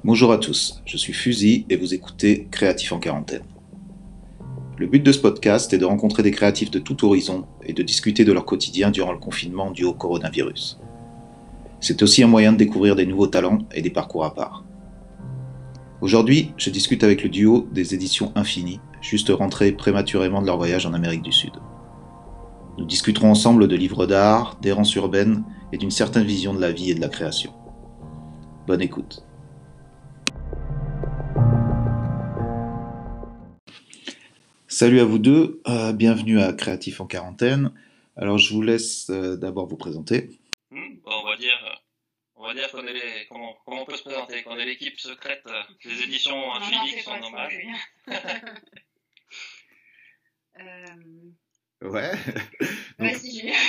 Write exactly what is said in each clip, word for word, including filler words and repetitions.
Bonjour à tous, je suis Fusil et vous écoutez Créatif en quarantaine. Le but de ce podcast est de rencontrer des créatifs de tout horizon et de discuter de leur quotidien durant le confinement dû au coronavirus. C'est aussi un moyen de découvrir des nouveaux talents et des parcours à part. Aujourd'hui, je discute avec le duo des éditions Infinies, juste rentrés prématurément de leur voyage en Amérique du Sud. Nous discuterons ensemble de livres d'art, d'errance urbaine et d'une certaine vision de la vie et de la création. Bonne écoute. Salut à vous deux, euh, bienvenue à Créatif en quarantaine. Alors je vous laisse euh, d'abord vous présenter. Hmm, bon, on va dire, euh, on va dire qu'on est les, comment, comment on peut se présenter, qu'on est l'équipe secrète euh, des éditions Infinies qui sont nomades. euh... Ouais. Vas-y, Julien.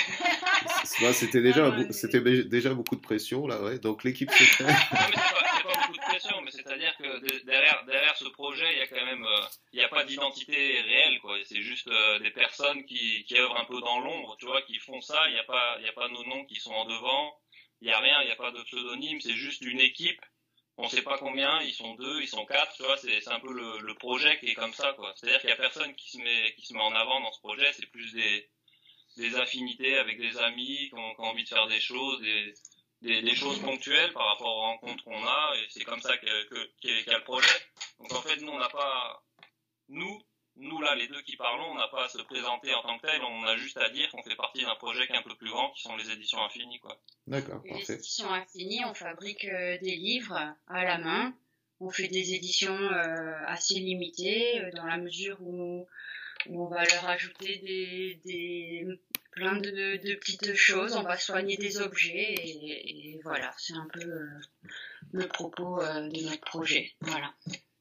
Bah, c'était déjà, ah, ouais, c'était mais... déjà beaucoup de pression là, ouais. Donc l'équipe secrète. Non, mais c'est pas, c'est pas beaucoup de pression, mais c'est-à-dire que derrière, derrière ce projet, il y a quand même, euh, il n'y a pas d'identité réelle, quoi. C'est juste euh, des personnes qui, qui œuvrent un peu dans l'ombre, tu vois, qui font ça. Il n'y a pas, il y a pas nos noms qui sont en devant. Il n'y a rien, il n'y a pas de pseudonyme. C'est juste une équipe. On ne sait pas combien. Ils sont deux, ils sont quatre. Tu vois, c'est, c'est un peu le, le projet qui est comme ça, quoi. C'est-à-dire qu'il n'y a personne qui se met, qui se met en avant dans ce projet. C'est plus des des affinités avec des amis qui ont, qui ont envie de faire des choses, des, des, des choses ponctuelles par rapport aux rencontres qu'on a, et c'est comme ça que, que, qu'est, qu'est le projet. Donc en fait, nous, on n'a pas, nous, nous là, les deux qui parlons, on n'a pas à se présenter en tant que tel, on a juste à dire qu'on fait partie d'un projet qui est un peu plus grand, qui sont les éditions Infinies, quoi. D'accord, les parfait. éditions Infinies, on fabrique euh, des livres à la main, on fait des éditions euh, assez limitées, euh, dans la mesure où où on va leur ajouter des, des, plein de, de petites choses, on va soigner des objets, et, et voilà, c'est un peu euh, le propos euh, de notre projet. Voilà.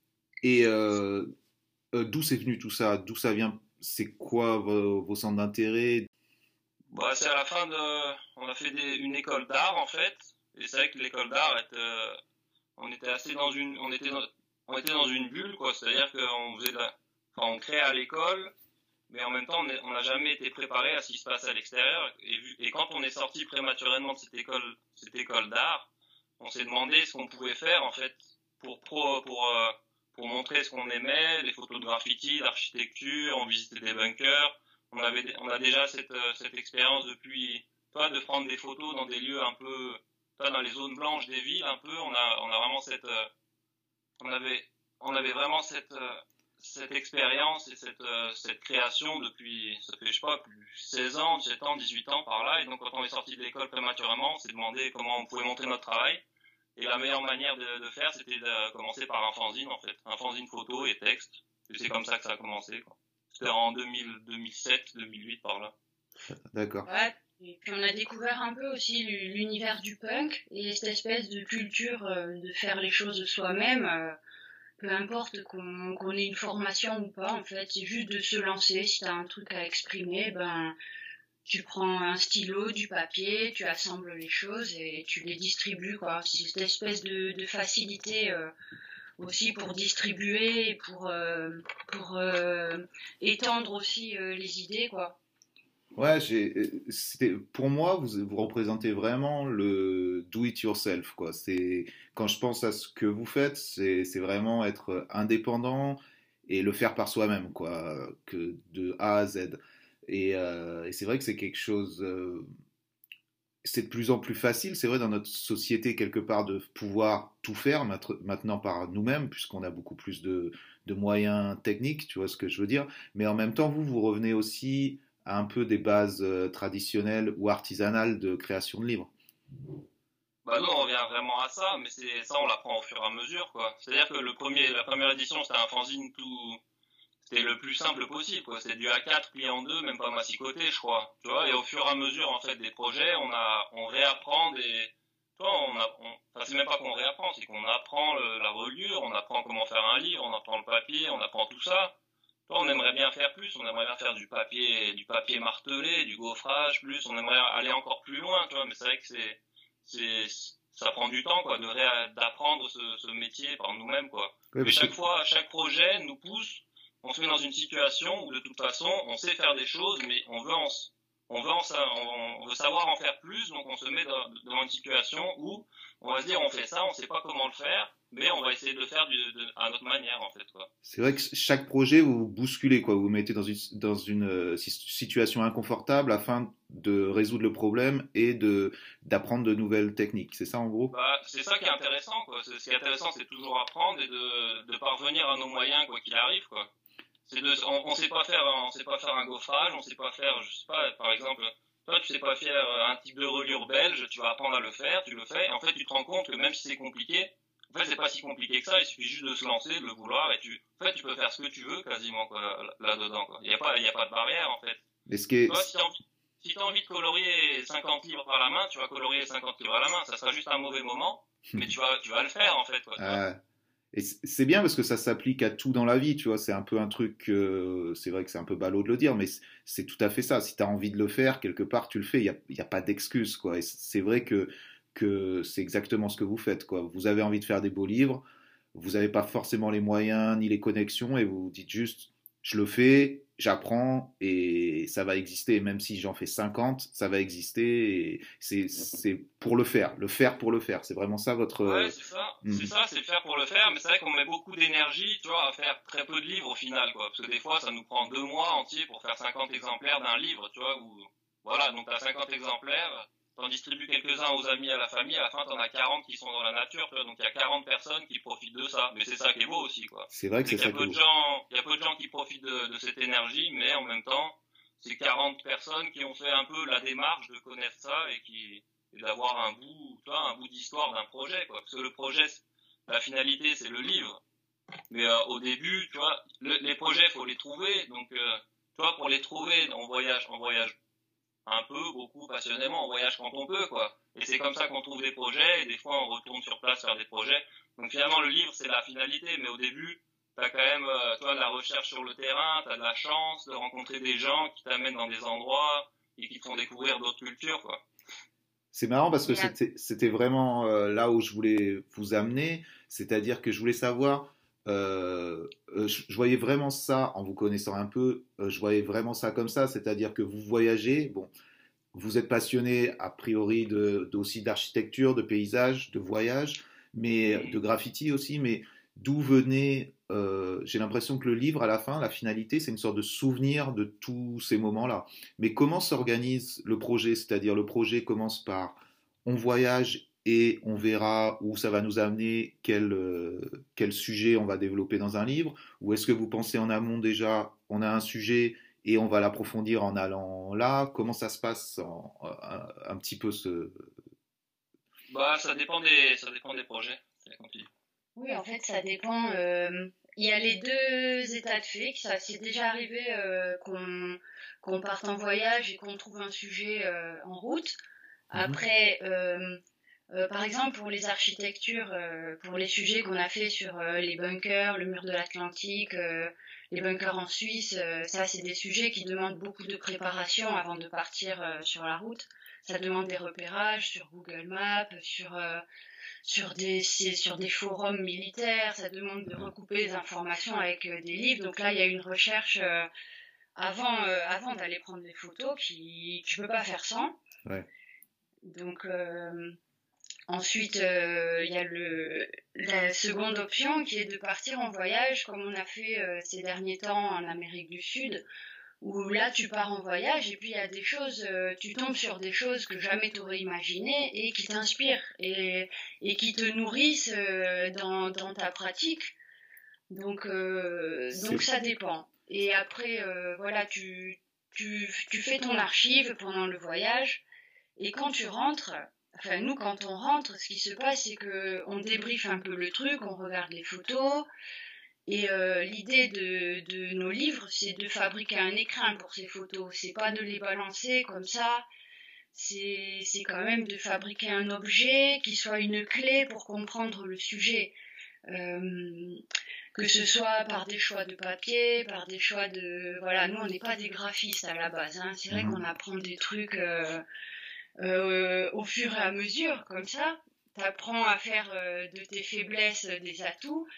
Et euh, euh, d'où c'est venu tout ça? D'où ça vient? C'est quoi vos, vos centres d'intérêt? Bah, c'est à la fin de... On a fait des, une école d'art, en fait, et c'est vrai que l'école d'art, était, euh, on était assez dans une... On était dans, on était dans une bulle, quoi, c'est-à-dire qu'on faisait de la... Enfin, on créait à l'école, mais en même temps, on n'a jamais été préparé à ce qui se passe à l'extérieur. Et, vu, et quand on est sorti prématurément de cette école, cette école d'art, on s'est demandé ce qu'on pouvait faire, en fait, pour, pour, pour, euh, pour montrer ce qu'on aimait, les photos de graffiti, l'architecture, on visitait des bunkers. On avait, on a déjà cette, cette expérience depuis, toi, de prendre des photos dans des lieux un peu, toi, dans les zones blanches des villes, un peu. On a, on a vraiment cette, euh, on avait, on avait vraiment cette, euh, cette expérience et cette, euh, cette création depuis, ça fait, je sais pas, plus seize ans, dix-sept ans, dix-huit ans par là. Et donc, quand on est sorti de l'école prématurément, on s'est demandé comment on pouvait montrer notre travail. Et la meilleure manière de, de faire, c'était de commencer par un fanzine, en fait. Un fanzine photo et texte. Et c'est comme ça que ça a commencé, quoi. C'était en deux mille, deux mille sept, deux mille huit par là. D'accord. Ouais. Et puis on a découvert un peu aussi l'univers du punk et cette espèce de culture de faire les choses soi-même. Peu importe qu'on, qu'on ait une formation ou pas, en fait, c'est juste de se lancer. Si t'as un truc à exprimer, ben, tu prends un stylo, du papier, tu assembles les choses et tu les distribues, quoi. C'est cette espèce de, de facilité euh, aussi pour distribuer et pour, euh, pour euh, étendre aussi euh, les idées, quoi. Ouais, j'ai, c'était, pour moi, vous, vous représentez vraiment le do it yourself, quoi. C'est, quand je pense à ce que vous faites, c'est, c'est vraiment être indépendant et le faire par soi-même, quoi, que de A à Z. Et, euh, et c'est vrai que c'est quelque chose, euh, c'est de plus en plus facile, c'est vrai, dans notre société, quelque part, de pouvoir tout faire maintenant par nous-mêmes, puisqu'on a beaucoup plus de, de moyens techniques, tu vois ce que je veux dire. Mais en même temps, vous, vous revenez aussi à un peu des bases euh, traditionnelles ou artisanales de création de livres. Bah nous on revient vraiment à ça, mais c'est ça on l'apprend au fur et à mesure, quoi. C'est-à-dire que le premier, la première édition c'était un fanzine tout, c'était le plus simple possible, quoi. C'était du A quatre plié en deux, même pas massicoté, je crois. Tu vois, et au fur et à mesure en fait des projets, on a, on réapprend des, tu vois, on a, on, enfin c'est même pas qu'on réapprend, c'est qu'on apprend le, la reliure, on apprend comment faire un livre, on apprend le papier, on apprend tout ça. Toi, on aimerait bien faire plus, on aimerait bien faire du papier, du papier martelé, du gaufrage, plus, on aimerait aller encore plus loin, tu vois, mais c'est vrai que c'est, c'est, ça prend du temps, quoi, de ré- d'apprendre ce, ce métier par nous-mêmes, quoi. Ouais, Mais chaque que... fois, chaque projet nous pousse, on se met dans une situation où de toute façon, on sait faire des choses, mais on veut en, on veut en, on veut savoir en faire plus, donc on se met dans, dans une situation où on va se dire, on fait ça, on sait pas comment le faire, mais on va essayer de le faire du, de, à notre manière, en fait, quoi. C'est vrai que chaque projet, vous vous bousculez, quoi. Vous vous mettez dans une, dans une euh, situation inconfortable afin de résoudre le problème et de, d'apprendre de nouvelles techniques. C'est ça, en gros? Bah, c'est ça qui est intéressant, quoi. C'est- Ce qui est intéressant, c'est toujours apprendre et de, de parvenir à nos moyens, quoi qu'il arrive, quoi. C'est de, on, on sait pas faire, on sait pas faire un gaufrage, on sait pas faire, je sais pas, par exemple, toi, tu sais pas faire un type de reliure belge, tu vas apprendre à le faire, tu le fais, et en fait, tu te rends compte que même si c'est compliqué, en fait, c'est pas si compliqué que ça, il suffit juste de se lancer, de le vouloir, et tu, en fait, tu peux faire ce que tu veux, quasiment, quoi, là-dedans, quoi. Il y a pas, il y a pas de barrière, en fait. Mais ce qui est, Toi, si t'as envie, si t'as envie de colorier cinquante livres à la main, tu vas colorier cinquante livres à la main, ça sera juste un mauvais moment, mais tu vas, tu vas le faire, en fait, quoi, tu vois. euh, et c- c'est bien parce que ça s'applique à tout dans la vie, tu vois. C'est un peu un truc, euh, c'est vrai que c'est un peu ballot de le dire, mais c- c'est tout à fait ça. Si tu as envie de le faire, quelque part, tu le fais. Il n'y a, il y a pas d'excuse, quoi. Et c'est vrai que, que c'est exactement ce que vous faites, quoi. Vous avez envie de faire des beaux livres, vous n'avez pas forcément les moyens ni les connexions, et vous vous dites juste, je le fais, j'apprends, et ça va exister. Et même si j'en fais cinquante, ça va exister. Et c'est c'est pour le faire, le faire pour le faire. C'est vraiment ça votre. Ouais, euh, c'est ça, hmm. c'est ça, c'est le faire pour le faire, mais c'est vrai qu'on met beaucoup d'énergie, tu vois, à faire très peu de livres au final, quoi, parce que des fois, ça nous prend deux mois entiers pour faire cinquante exemplaires d'un livre, tu vois, ou, voilà, donc t'as cinquante exemplaires, t'en distribues quelques-uns aux amis, à la famille, à la fin, t'en as quarante qui sont dans la nature, tu vois, donc il y a quarante personnes qui profitent de ça, mais c'est ça qui est beau aussi, quoi. C'est vrai que C'est c'est qu'il y ça a que peu de vous. gens, il y a peu de gens qui profitent de, de cette énergie, mais en même temps, c'est quarante personnes qui ont fait un peu la démarche de connaître ça et qui, et d'avoir un bout, tu vois, un bout d'histoire d'un projet, quoi. Parce que le projet, la finalité, c'est le livre. Mais euh, au début, tu vois, le, les projets, faut les trouver. Donc, euh, tu vois, pour les trouver, on voyage, on voyage un peu, beaucoup, passionnément. On voyage quand on peut, quoi. Et c'est comme ça qu'on trouve des projets. Et des fois, on retourne sur place faire des projets. Donc, finalement, le livre, c'est la finalité. Mais au début, t'as quand même, euh, tu vois, de la recherche sur le terrain. T'as de la chance de rencontrer des gens qui t'amènent dans des endroits et qui te font découvrir d'autres cultures, quoi. C'est marrant parce que Et c'était c'était vraiment euh, là où je voulais vous amener, c'est-à-dire que je voulais savoir, euh, euh, je, je voyais vraiment ça en vous connaissant un peu, euh, je voyais vraiment ça comme ça, c'est-à-dire que vous voyagez, bon, vous êtes passionné a priori de, de- aussi d'architecture, de paysage, de voyage, mais de graffiti aussi, mais d'où venait, euh, j'ai l'impression que le livre, à la fin, la finalité, c'est une sorte de souvenir de tous ces moments-là. Mais comment s'organise le projet? C'est-à-dire le projet commence par on voyage et on verra où ça va nous amener, quel, euh, quel sujet on va développer dans un livre, ou est-ce que vous pensez en amont déjà, on a un sujet et on va l'approfondir en allant là. Comment ça se passe en- un, un petit peu ce. Bah, ça dépend des, ça dépend des projets. C'est comme tu dis. oui, en fait, ça dépend. euh, Il y a les deux états de fait. Que ça c'est déjà arrivé euh, qu'on qu'on parte en voyage et qu'on trouve un sujet euh, en route. Mhm. Après, euh, euh, par exemple, pour les architectures, euh, pour les sujets qu'on a fait sur euh, les bunkers, le mur de l'Atlantique, euh, les bunkers en Suisse, euh, ça, c'est des sujets qui demandent beaucoup de préparation avant de partir euh, sur la route. Ça demande des repérages sur Google Maps, sur euh, sur des c'est sur des forums militaires. Ça demande de recouper les informations avec euh, des livres. Donc là, il y a une recherche euh, avant euh, avant d'aller prendre les photos qui tu peux pas faire sans. Ouais. Donc euh, ensuite, euh, il y a le, la seconde option qui est de partir en voyage, comme on a fait euh, ces derniers temps en Amérique du Sud, où là tu pars en voyage et puis il y a des choses, euh, tu tombes sur des choses que jamais t'aurais imaginées et qui t'inspirent et, et qui te nourrissent euh, dans, dans ta pratique. Donc, euh, donc C'est. ça dépend. Et après, euh, voilà, tu, tu, tu fais ton archive pendant le voyage et quand tu rentres, enfin nous quand on rentre, ce qui se passe c'est que on débriefe un peu le truc, on regarde les photos et euh, l'idée de, de nos livres c'est de fabriquer un écrin pour ces photos, c'est pas de les balancer comme ça, c'est c'est quand même de fabriquer un objet qui soit une clé pour comprendre le sujet. Euh, que ce soit par des choix de papier, par des choix de... Voilà, nous on n'est pas des graphistes à la base, hein. C'est vrai qu'on Mhm. apprend des trucs... Euh, euh, au fur et à mesure, comme ça, tu apprends à faire euh, de tes faiblesses des atouts.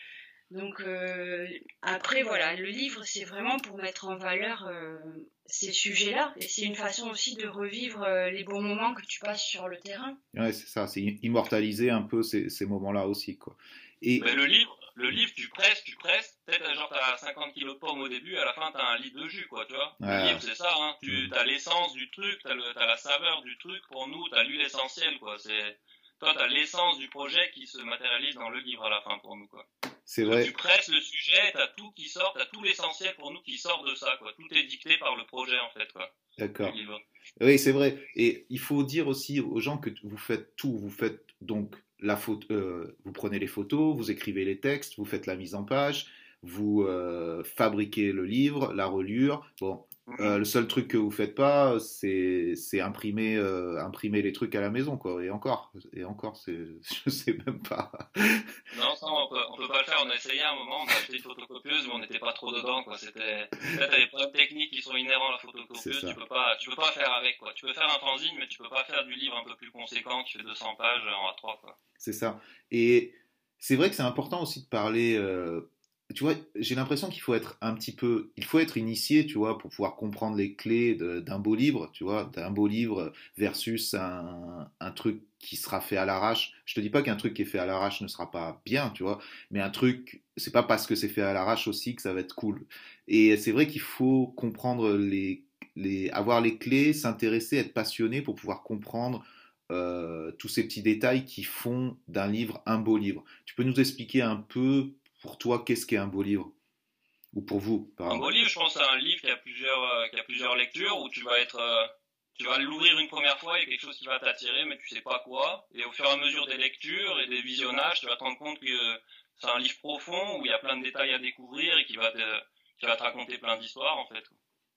Donc euh, après voilà, le livre c'est vraiment pour mettre en valeur euh, ces sujets-là et c'est une façon aussi de revivre euh, les bons moments que tu passes sur le terrain. Ouais, c'est ça, c'est immortaliser un peu ces, ces moments-là aussi, quoi. Et Mais le livre, le livre, tu presses, tu presses, peut-être genre t'as cinquante kilos de pommes au début, à la fin t'as un litre de jus, quoi, tu vois. Le ouais, livre, c'est ça, hein. Tu as l'essence du truc, t'as le, t'as la saveur du truc. Pour nous, t'as l'huile essentielle, quoi. C'est, toi, t'as l'essence du projet qui se matérialise dans le livre à la fin pour nous, quoi. c'est Parce que vrai, tu presses le sujet, t'as tout qui sort, t'as tout l'essentiel pour nous qui sort de ça, quoi. Tout est dicté par le projet, en fait, quoi, du d'accord. livre. Oui, c'est vrai. Et il faut dire aussi aux gens que vous faites tout. Vous faites donc la photo, euh, vous prenez les photos, vous écrivez les textes, vous faites la mise en page, vous euh, fabriquez le livre, la reliure. Bon, Mhm. euh, le seul truc que vous faites pas, c'est c'est imprimer euh, imprimer les trucs à la maison, quoi. Et encore, et encore, c'est je sais même pas. Non, ça, on peut, on peut pas le faire. On a essayé à un moment, on a acheté une photocopieuse, mais on n'était pas trop dedans, quoi. C'était, là, t'as des problèmes techniques qui sont inhérents à la C'est photocopieuse. Tu ça, peux pas, tu peux pas faire avec, quoi. Tu peux faire un fanzine, mais tu peux pas faire du livre un peu plus conséquent qui fait deux cents pages en A trois, quoi. c'est ça. Et c'est vrai que c'est important aussi de parler. Euh, tu vois, j'ai l'impression qu'il faut être un petit peu, il faut être initié, tu vois, pour pouvoir comprendre les clés de- d'un beau livre, tu vois, d'un beau livre versus un, un truc qui sera fait à l'arrache. Je te dis pas qu'un truc qui est fait à l'arrache ne sera pas bien, tu vois, mais un truc, c'est pas parce que c'est fait à l'arrache aussi que ça va être cool. Et c'est vrai qu'il faut comprendre les, les, avoir les clés, s'intéresser, être passionné pour pouvoir comprendre euh, tous ces petits détails qui font d'un livre un beau livre. Tu peux nous expliquer un peu pour toi qu'est-ce qu'est un beau livre? Ou pour vous, Un pardon. beau livre, je pense, c'est un livre qui a plusieurs, euh, qui a plusieurs lectures où tu vas être, euh, tu vas l'ouvrir une première fois, il y a quelque chose qui va t'attirer, mais tu sais pas quoi. Et au fur et à mesure des lectures et des visionnages, tu vas te rendre compte que c'est un livre profond où il y a plein de détails à découvrir et qui va te, qui va te raconter plein d'histoires, en fait.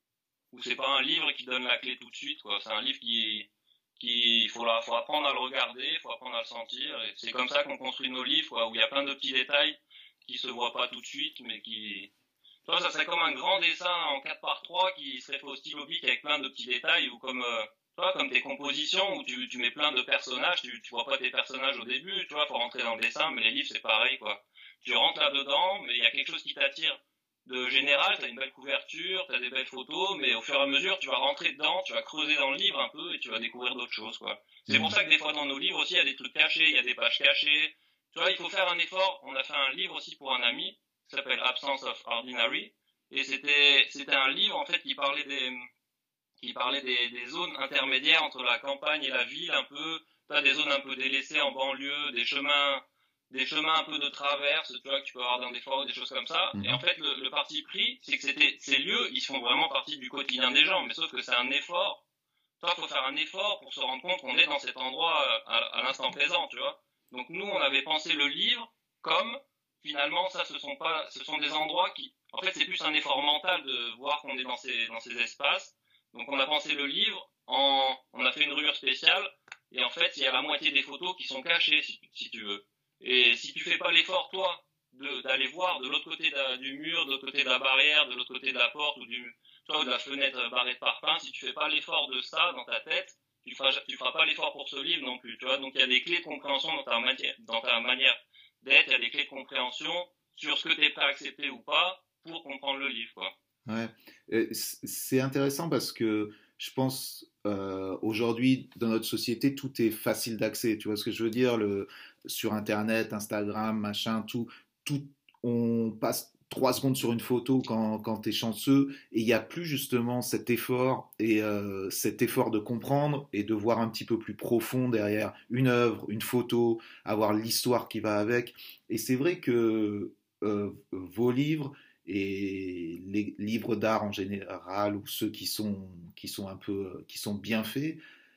Où c'est pas un livre qui donne la clé tout de suite, quoi. C'est un livre qui, qui, il faut, la, faut apprendre à le regarder, il faut apprendre à le sentir. Et c'est comme ça qu'on construit nos livres, quoi, où il y a plein de petits détails qui se voient pas tout de suite, mais qui, toi, ça serait comme un grand dessin en quatre par trois qui serait fait au stylo bic avec plein de petits détails, ou comme, euh, toi, comme tes compositions où tu, tu mets plein de personnages, tu, tu vois pas tes personnages au début, tu vois, faut rentrer dans le dessin, mais les livres c'est pareil, quoi. Tu rentres là-dedans, mais il y a quelque chose qui t'attire de général, t'as une belle couverture, t'as des belles photos, mais au fur et à mesure, tu vas rentrer dedans, tu vas creuser dans le livre un peu et tu vas découvrir d'autres choses, quoi. C'est pour Mhm. ça que des fois dans nos livres aussi, il y a des trucs cachés, il y a des pages cachées. Tu vois, il faut faire un effort. On a fait un livre aussi pour un ami, qui s'appelle Absence of Ordinary, et c'était, c'était un livre, en fait, qui parlait des, qui parlait des, des zones intermédiaires entre la campagne et la ville, un peu, t'as des zones un peu délaissées en banlieue, des chemins, des chemins un peu de traverse, tu vois, que tu peux avoir dans des forêts, des choses comme ça. Et en Mhm. fait, le, le parti pris, c'est que c'était, ces lieux, ils font vraiment partie du quotidien des gens, mais sauf que c'est un effort. Toi, il faut faire un effort pour se rendre compte qu'on est dans cet endroit euh, à, à l'instant présent, tu vois. Donc nous, on avait pensé le livre comme, finalement, ça, ce sont pas, ce sont des endroits qui, en fait, c'est plus un effort mental de voir qu'on est dans ces, dans ces espaces. Donc on a pensé le livre en, on a fait une rure spéciale, et en fait, il y a la moitié des photos qui sont cachées, si, si tu veux. Et si tu fais pas l'effort, toi, de, d'aller voir de l'autre côté de, du mur, de l'autre côté de la barrière, de l'autre côté de la porte ou du, toi, ou de la fenêtre barrée de parpaing, si tu fais pas l'effort de ça dans ta tête, tu feras, tu feras pas l'effort pour ce livre non plus, tu vois. Donc il y a des clés de compréhension dans ta matière, dans ta manière d'être, il y a des clés de compréhension sur ce que tu es prêt à accepter ou pas pour comprendre le livre, quoi. Ouais. Euh, c- C'est intéressant parce que je pense euh, aujourd'hui dans notre société tout est facile d'accès. Tu vois ce que je veux dire? Le, sur Internet, Instagram, machin, tout, tout, on passe trois secondes sur une photo quand, quand tu es chanceux et il n'y a plus justement cet effort et euh, cet effort de comprendre et de voir un petit peu plus profond derrière une œuvre, une photo, avoir l'histoire qui va avec. Et c'est vrai que euh, vos livres et les livres d'art en général ou ceux qui sont qui sont un peu qui sont bien faits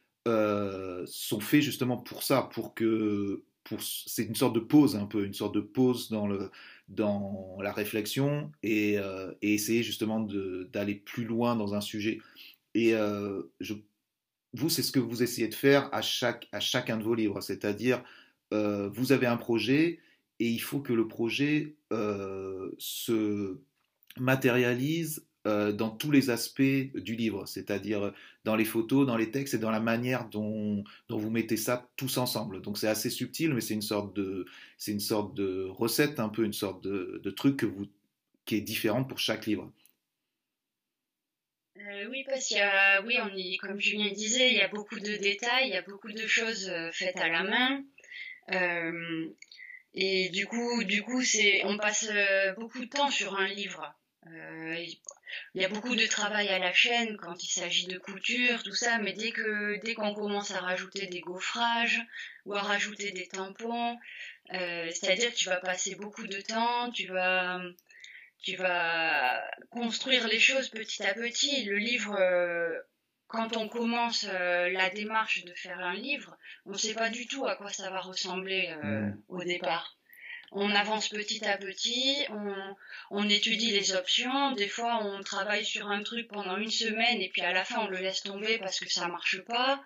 euh, sont faits justement pour ça, pour que pour c'est une sorte de pause un peu, une sorte de pause dans le dans la réflexion et, euh, et essayer justement de, d'aller plus loin dans un sujet. Et euh, je, vous, c'est ce que vous essayez de faire à chaque à chacun de vos livres, c'est-à-dire euh, vous avez un projet et il faut que le projet euh, se matérialise euh, dans tous les aspects du livre, c'est-à-dire dans les photos, dans les textes et dans la manière dont, dont vous mettez ça tous ensemble. Donc c'est assez subtil, mais c'est une sorte de, c'est une sorte de recette, un peu une sorte de, de truc que vous, qui est différente pour chaque livre. Euh, oui, parce qu'il y a, oui, on y, comme Julien disait, il y a beaucoup de détails, il y a beaucoup de choses euh, faites à la main. Euh, et du coup, du coup, c'est, on passe euh, beaucoup de temps sur un livre. Euh, il y a beaucoup de travail à la chaîne quand il s'agit de couture, tout ça, mais dès que, dès qu'on commence à rajouter des gaufrages ou à rajouter des tampons, euh, c'est-à-dire que tu vas passer beaucoup de temps, tu vas tu vas construire les choses petit à petit. Le livre, euh, quand on commence euh, la démarche de faire un livre, on ne sait pas du tout à quoi ça va ressembler euh, Mm. au départ. On avance petit à petit, on, on étudie les options. Des fois, on travaille sur un truc pendant une semaine et puis à la fin, on le laisse tomber parce que ça marche pas.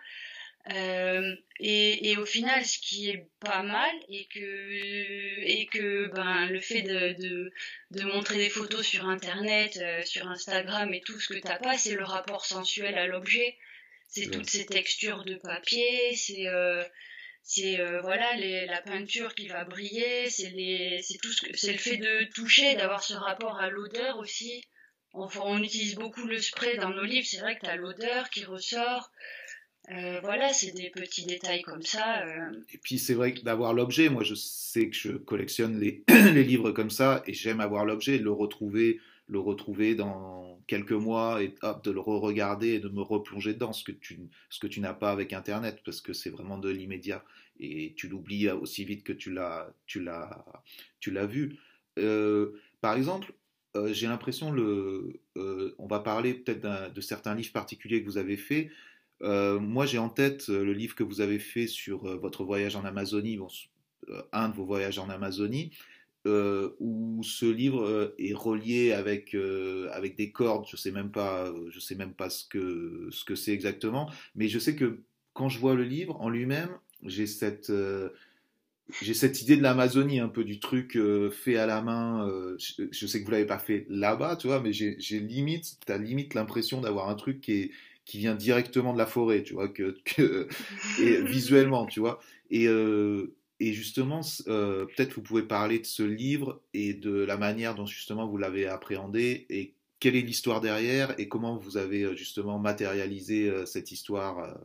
Euh, et, et au final, ce qui est pas mal, et que, et que ben, le fait de, de, de montrer des photos sur Internet, euh, sur Instagram et tout ce que t'as pas, c'est le rapport sensuel à l'objet. C'est Ouais. toutes ces textures de papier, c'est euh, c'est euh, voilà les, la peinture qui va briller, c'est les c'est tout ce que c'est le fait de toucher, d'avoir ce rapport à l'odeur aussi. On, on utilise beaucoup le spray dans nos livres, c'est vrai que t'as l'odeur qui ressort. Euh, voilà, c'est des petits détails comme ça. Euh... Et puis c'est vrai que d'avoir l'objet, moi je sais que je collectionne les, les livres comme ça et j'aime avoir l'objet, le retrouver, le retrouver dans quelques mois et hop, de le re-regarder et de me replonger dedans, ce que tu, ce que tu n'as pas avec Internet parce que c'est vraiment de l'immédiat et tu l'oublies aussi vite que tu l'as, tu l'as, tu l'as vu. Euh, par exemple, euh, j'ai l'impression le, euh, on va parler peut-être de certains livres particuliers que vous avez faits. Euh, moi, j'ai en tête euh, le livre que vous avez fait sur euh, votre voyage en Amazonie, bon, euh, un de vos voyages en Amazonie, euh, où ce livre euh, est relié avec, euh, avec des cordes. Je sais même pas, euh, je sais même pas ce que, ce que c'est exactement, mais je sais que quand je vois le livre en lui-même, j'ai cette, euh, j'ai cette idée de l'Amazonie, un peu du truc euh, fait à la main. Euh, je, je sais que vous l'avez pas fait là-bas, tu vois, mais j'ai j'ai limite, t'as limite l'impression d'avoir un truc qui est, qui vient directement de la forêt, tu vois, que, que et visuellement, tu vois. Et euh, et justement, euh, peut-être vous pouvez parler de ce livre et de la manière dont justement vous l'avez appréhendé et quelle est l'histoire derrière et comment vous avez euh, justement matérialisé euh, cette histoire. euh.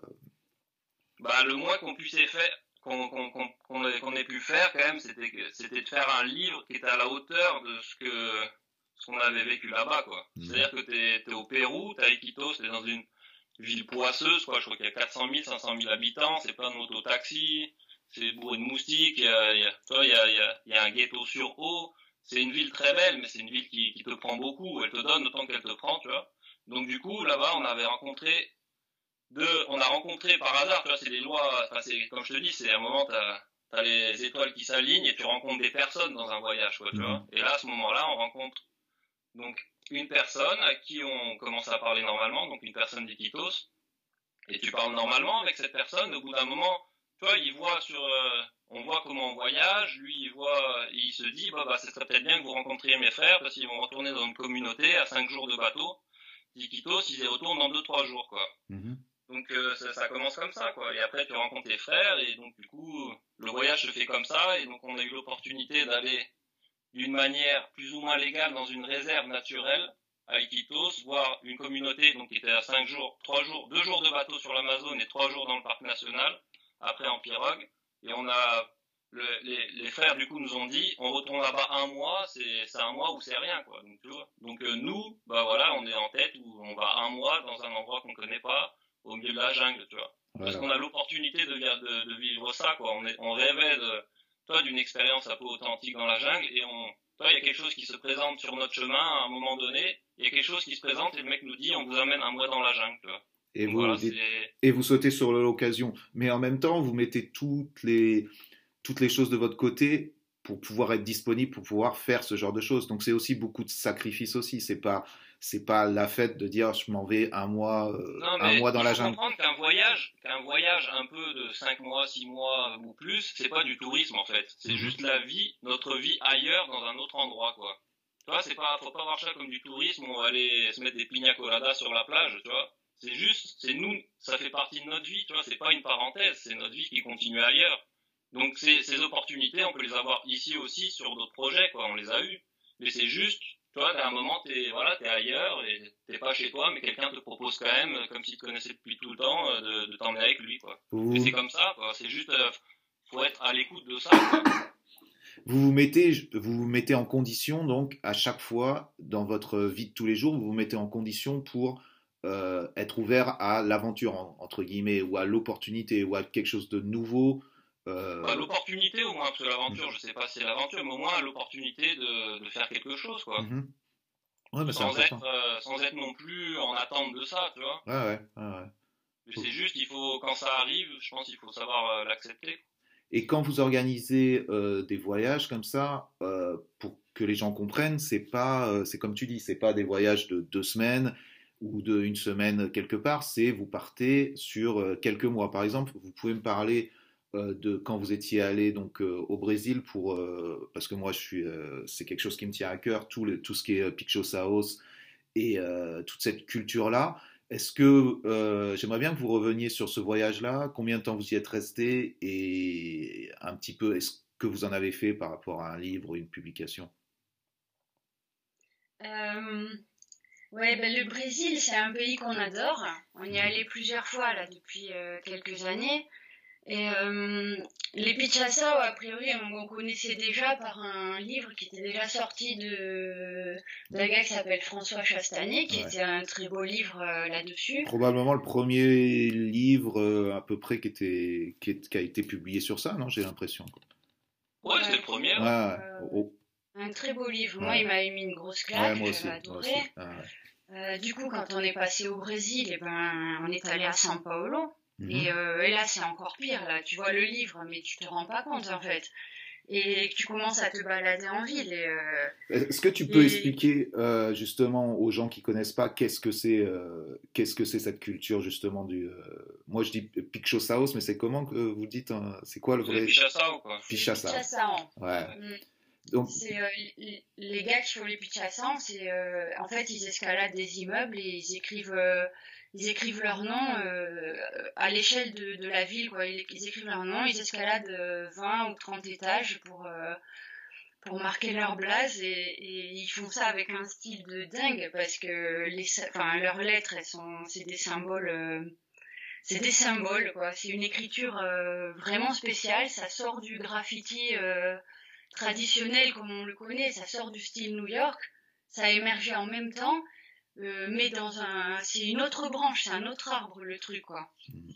Bah, le moins qu'on puisse faire, qu'on qu'on qu'on qu'on ait, qu'on ait pu faire quand même, c'était que c'était de faire un livre qui était à la hauteur de ce que ce qu'on avait vécu là-bas, quoi. Mm. C'est-à-dire que t'es t'es au Pérou, t'es à Iquitos, t'es dans une ville poisseuse, quoi. Je crois qu'il y a quatre cent mille, cinq cent mille habitants, c'est plein de mototaxis, c'est bourré de moustiques, il y a, il y a, toi, il y a, il y a, il y a un ghetto sur eau. C'est une ville très belle, mais c'est une ville qui, qui te prend beaucoup. Elle te donne autant qu'elle te prend, tu vois. Donc du coup, là-bas, on avait rencontré deux, on a rencontré par hasard, tu vois, c'est des lois, enfin, c'est, comme je te dis, c'est à un moment, t'as, t'as les étoiles qui s'alignent et tu rencontres des personnes dans un voyage, quoi, tu Mm. vois. Et là, à ce moment-là, on rencontre, donc, une personne à qui on commence à parler normalement, donc une personne d'Iquitos, et tu parles normalement avec cette personne, au bout d'un moment, tu vois, il voit sur, euh, on voit comment on voyage, lui, il voit, il se dit, bah, bah, ce serait peut-être bien que vous rencontriez mes frères, parce qu'ils vont retourner dans une communauté à cinq jours de bateau, d'Iquitos, ils y retournent dans deux, trois jours, quoi. Mm-hmm. Donc euh, ça, ça commence comme ça, quoi. Et après, tu rencontres tes frères, et donc du coup, le voyage se fait comme ça, et donc on a eu l'opportunité d'aller d'une manière plus ou moins légale dans une réserve naturelle à Iquitos, voir une communauté donc qui était à cinq jours, trois jours, deux jours de bateau sur l'Amazone et trois jours dans le parc national, après en pirogue, et on a le, les, les frères du coup nous ont dit, on retourne là-bas un mois, c'est, c'est un mois où c'est rien, quoi. Donc tu vois. Donc euh, nous, bah voilà, on est en tête où on va un mois dans un endroit qu'on connaît pas, au milieu de la jungle, tu vois. Voilà. Parce qu'on a l'opportunité de, de, de vivre ça, quoi. On, est, on rêvait de, toi, d'une expérience un peu authentique dans la jungle, et on, toi, il y a quelque chose qui se présente sur notre chemin à un moment donné, il y a quelque chose qui se présente et le mec nous dit, on vous amène un mois dans la jungle, tu vois. Et Donc vous, voilà, dites- c'est, et vous sautez sur l'occasion. Mais en même temps, vous mettez toutes les, toutes les choses de votre côté pour pouvoir être disponible, pour pouvoir faire ce genre de choses. Donc c'est aussi beaucoup de sacrifices aussi. C'est pas, c'est pas la fête de dire je m'en vais un mois, euh, non, un mais mois dans il la faut jungle. comprendre qu'un voyage, qu'un voyage un peu de cinq mois, six mois ou plus, c'est pas du tourisme, en fait. C'est Mhm. juste la vie, notre vie ailleurs, dans un autre endroit, quoi. Tu vois, c'est pas, faut pas voir ça comme du tourisme, on va aller se mettre des piña coladas sur la plage, tu vois. C'est juste, c'est nous, ça fait partie de notre vie, tu vois, c'est pas une parenthèse, c'est notre vie qui continue ailleurs. Donc ces, ces opportunités, on peut les avoir ici aussi sur d'autres projets, quoi, on les a eues. Mais c'est juste, tu vois, à un moment, t'es, voilà, t'es ailleurs et t'es pas chez toi, mais quelqu'un te propose quand même, comme s'il te connaissait depuis tout le temps, euh, de, de t'emmener avec lui, quoi. Et Vous, c'est comme ça, quoi, c'est juste, euh, faut être à l'écoute de ça, quoi. vous vous mettez, vous vous mettez en condition, donc, à chaque fois, dans votre vie de tous les jours, vous vous mettez en condition pour euh, être ouvert à l'aventure, en- entre guillemets, ou à l'opportunité, ou à quelque chose de nouveau. Bah, euh, l'opportunité au moins, parce que l'aventure, je sais pas si c'est l'aventure, mais au moins l'opportunité de, de faire quelque chose, quoi. mhm. Ouais, mais c'est Sans être, important. euh, sans être non plus en attente de ça, tu vois. Ouais, ouais, ouais, ouais. Mais c'est juste, il faut, quand ça arrive, je pense qu'il faut savoir euh, l'accepter. Et quand vous organisez euh, des voyages comme ça, euh, pour que les gens comprennent, c'est pas, euh, c'est comme tu dis, c'est pas des voyages de deux semaines ou de une semaine quelque part, c'est vous partez sur euh, quelques mois. Par exemple, vous pouvez me parler euh, de quand vous étiez allé donc euh, au Brésil pour, euh, parce que moi je suis, euh, c'est quelque chose qui me tient à cœur, tout, le, tout ce qui est euh, Picchosaos et euh, toute cette culture-là. Est-ce que euh, j'aimerais bien que vous reveniez sur ce voyage-là, combien de temps vous y êtes resté et un petit peu est-ce que vous en avez fait par rapport à un livre ou une publication? Euh, ouais, ben le Brésil, c'est un pays qu'on adore. On y est allé plusieurs fois là depuis euh, quelques années. Et euh, les Pichasao, a priori, on, on connaissait déjà par un livre qui était déjà sorti de d'un gars qui s'appelle François Chastanet, qui Ouais. était un très beau livre euh, là-dessus. Probablement le premier livre euh, à peu près qui, était, qui, est- qui a été publié sur ça, non? J'ai l'impression. Quoi. Ouais, c'est le Ouais, premier, Ouais, ouais. ouais, euh, oh, un très beau livre. Moi, ouais, il m'a mis une grosse ouais, claque, moi j'avais aussi, moi adoré. aussi. Ouais, ouais. Euh, du coup, quand on est passé au Brésil, eh ben, on est allé à São Paulo. Et, Mhm. euh, et là, c'est encore pire. Là, tu vois le livre, mais tu te rends pas compte en fait. Et tu commences à te balader en ville. Et, euh, Est-ce que tu peux et expliquer euh, justement aux gens qui connaissent pas qu'est-ce que c'est euh, qu'est-ce que c'est cette culture justement du euh, moi je dis Picchosaos mais c'est comment que vous dites hein, c'est quoi le C'est vrai Pichassa ou quoi? c'est Pichasaos Pichação. ouais Ouais. Mm. donc C'est euh, l- les gars qui font les Pichação, c'est euh, en fait ils escaladent des immeubles et ils écrivent euh, ils écrivent leur nom euh, à l'échelle de, de la ville quoi. Ils, ils écrivent leur nom, ils escaladent euh, vingt ou trente étages pour euh, pour marquer leur blase et, et ils font ça avec un style de dingue parce que les enfin leurs lettres elles sont c'est des symboles euh, c'est des symboles quoi, c'est une écriture euh, vraiment spéciale, ça sort du graffiti euh, traditionnel comme on le connaît, ça sort du style New York, ça a émergé en même temps, euh, mais dans un, c'est une autre branche, c'est un autre arbre le truc quoi.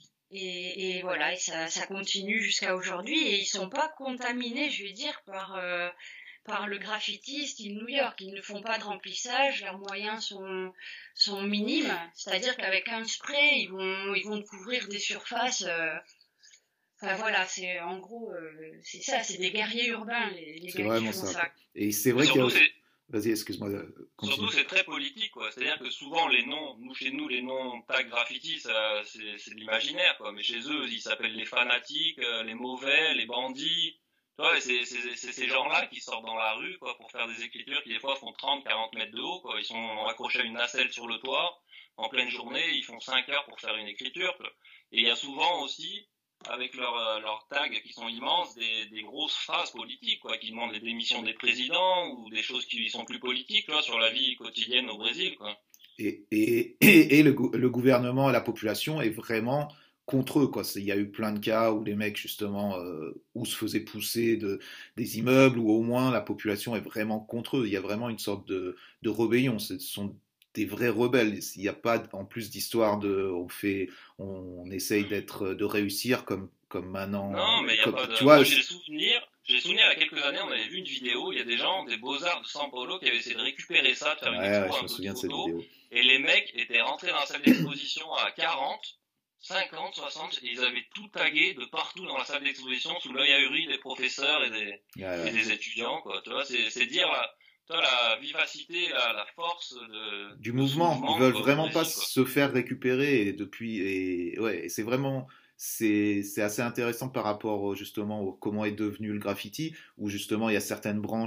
Et, et voilà, et ça, ça continue jusqu'à aujourd'hui et ils sont pas contaminés, je vais dire, par euh, par le graffiti style New York. Ils ne font pas de remplissage, leurs moyens sont sont minimes, c'est-à-dire qu'avec un spray, ils vont ils vont couvrir des surfaces. euh, Enfin voilà, c'est en gros, euh, c'est ça, c'est des guerriers urbains les, les c'est gars qui vraiment font ça ça. quoi. Et c'est Mais vrai qu'il y a surtout, aussi c'est, vas-y excuse-moi euh, surtout, continue c'est très politique, quoi. C'est-à-dire que souvent, les noms, nous, chez nous, les noms tag graffiti, ça, c'est, c'est de l'imaginaire, quoi. Mais chez eux, ils s'appellent les fanatiques, euh, les mauvais, les bandits. Tu vois, et c'est, c'est, c'est ces gens-là qui sortent dans la rue, quoi, pour faire des écritures qui, des fois, font trente, quarante mètres de haut, quoi. Ils sont accrochés à une nacelle sur le toit. En pleine journée, ils font cinq heures pour faire une écriture, quoi. Et il y a souvent aussi, avec leurs euh, leurs tags qui sont immenses, des, des grosses phrases politiques, quoi, qui demandent les démissions des présidents ou des choses qui sont plus politiques, tu vois, sur la vie quotidienne au Brésil, quoi. et, et, et, et le, le, gouvernement et la population est vraiment contre eux. Quoi. Il y a eu plein de cas où les mecs, justement, euh, où se faisaient pousser de, des immeubles, ou au moins la population est vraiment contre eux. Il y a vraiment une sorte de, de rébellion. Ce sont des vrais rebelles. Il n'y a pas, en plus d'histoire de, on fait, on, on essaye d'être, de réussir comme, comme maintenant, Non, mais il n'y a comme, pas tu de. vois. Moi, j'ai le souvenir, j'ai le souvenir, il y a quelques années, on avait vu une vidéo, il y a des gens, des beaux-arts de São Paulo, qui avaient essayé de récupérer ça, de faire une Ouais, ouais, expo je un me peu de souviens de cette photos, vidéo. et les mecs étaient rentrés dans la salle d'exposition à quarante, cinquante, soixante, et ils avaient tout tagué de partout dans la salle d'exposition, sous l'œil ahuri des professeurs et des, Ouais, et ouais. des étudiants, quoi. Tu vois, c'est, c'est dire la, tu vois, la vivacité, la, la force de, Du de ce mouvement. Ils mouvement, veulent quoi, au vraiment pas Brésil, quoi. se faire récupérer et depuis et ouais, et c'est vraiment c'est c'est assez intéressant par rapport au- justement au comment est devenu le graffiti où justement il y a certaines branches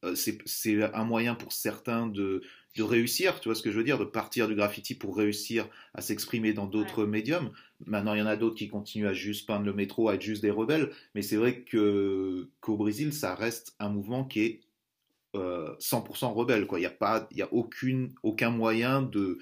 euh, c'est, c'est un moyen pour certains de, de réussir, tu vois ce que je veux dire, de partir du graffiti pour réussir à s'exprimer dans d'autres Ouais. médiums. Maintenant, il y en a d'autres qui continuent à juste peindre le métro, à être juste des rebelles, mais c'est vrai que, qu'au Brésil, ça reste un mouvement qui est euh, cent pour cent rebelle, quoi. Il n'y a pas, il y a aucune, aucun moyen de,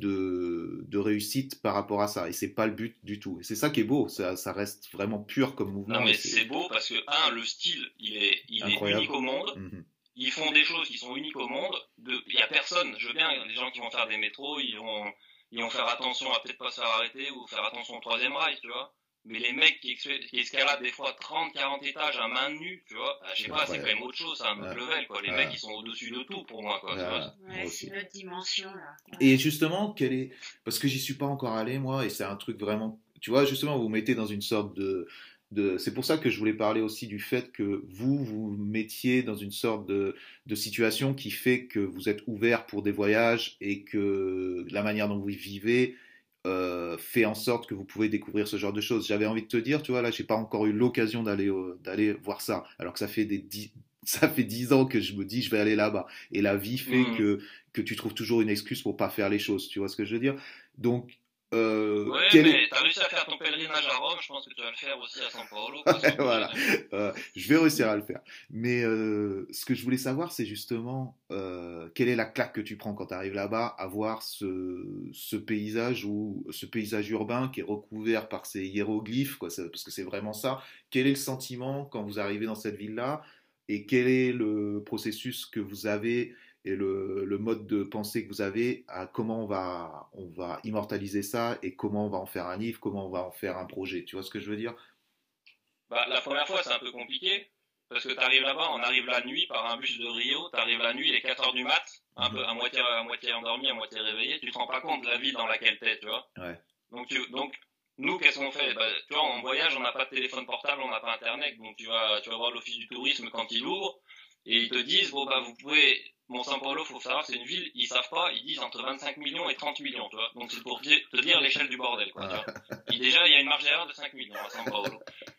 de, de réussite par rapport à ça. Et c'est pas le but du tout. Et c'est ça qui est beau. Ça, ça reste vraiment pur comme Non mouvement et mais c'est c'est beau parce que, un, le style, il est, il est incroyable. unique au monde. Mhm. Ils font des choses qui sont uniques au monde. De- Il y a personne, je veux bien, il y a des gens qui vont faire des métros, ils vont, ils vont faire attention à peut-être pas se faire arrêter ou faire attention au troisième rail, tu vois. Mais les mecs qui, exp- qui escaladent des fois trente, quarante étages à main nue, tu vois, bah, je sais C'est pas, c'est quand incroyable. même autre chose, c'est un autre Ouais, level, quoi. Les mecs, ouais, ils sont au-dessus de tout pour moi, quoi, tu vois. ouais, moi Ouais, c'est aussi. une autre dimension là. Et Ouais. justement, quel est... Parce que j'y suis pas encore allé, moi, et c'est un truc vraiment... Tu vois, justement, vous vous mettez dans une sorte de... de... C'est pour ça que je voulais parler aussi du fait que vous, vous vous mettiez dans une sorte de, de situation qui fait que vous êtes ouvert pour des voyages et que la manière dont vous vivez euh, fait en sorte que vous pouvez découvrir ce genre de choses. J'avais envie de te dire, tu vois, là, j'ai pas encore eu l'occasion d'aller euh, d'aller voir ça, alors que ça fait des dix... ça fait dix ans que je me dis je vais aller là-bas. Et la vie fait Hmm. que que tu trouves toujours une excuse pour pas faire les choses. Tu vois ce que je veux dire? Donc, euh, Ouais, quel est... mais t'as réussi à faire ton pèlerinage à Rome, je pense que tu vas le faire aussi à São Paulo, quoi, sans voilà, problème. euh, je vais réussir à le faire. Mais euh, ce que je voulais savoir, c'est justement euh, quelle est la claque que tu prends quand tu arrives là-bas à voir ce, ce paysage ou ce paysage urbain qui est recouvert par ces hiéroglyphes, quoi, ça- parce que c'est vraiment ça. Quel est le sentiment quand vous arrivez dans cette ville-là et quel est le processus que vous avez et le, le mode de pensée que vous avez à comment on va, on va immortaliser ça et comment on va en faire un livre, comment on va en faire un projet. Tu vois ce que je veux dire? Bah, la première fois, c'est un peu compliqué, parce que t'arrives là-bas, on arrive la nuit par un bus de Rio, t'arrives la nuit, il est quatre heures du mat, un peu, Mhm. à moitié, à moitié endormi, à moitié réveillé, tu te rends pas compte de la ville dans laquelle t'es, tu vois. Ouais. Donc, tu, donc, nous, qu'est-ce qu'on fait? Bah, tu vois, en voyage, on n'a pas de téléphone portable, on n'a pas internet, donc tu vas, tu vas voir l'office du tourisme quand il ouvre, et ils te disent, bon, bah, vous pouvez, bon, São Paulo, faut savoir, c'est une ville, ils savent pas, ils disent entre vingt-cinq millions et trente millions, tu vois. Donc, c'est pour di- te dire l'échelle du bordel, quoi, tu vois. Ah, Et déjà, il y a une marge d'erreur de cinq millions à São Paulo.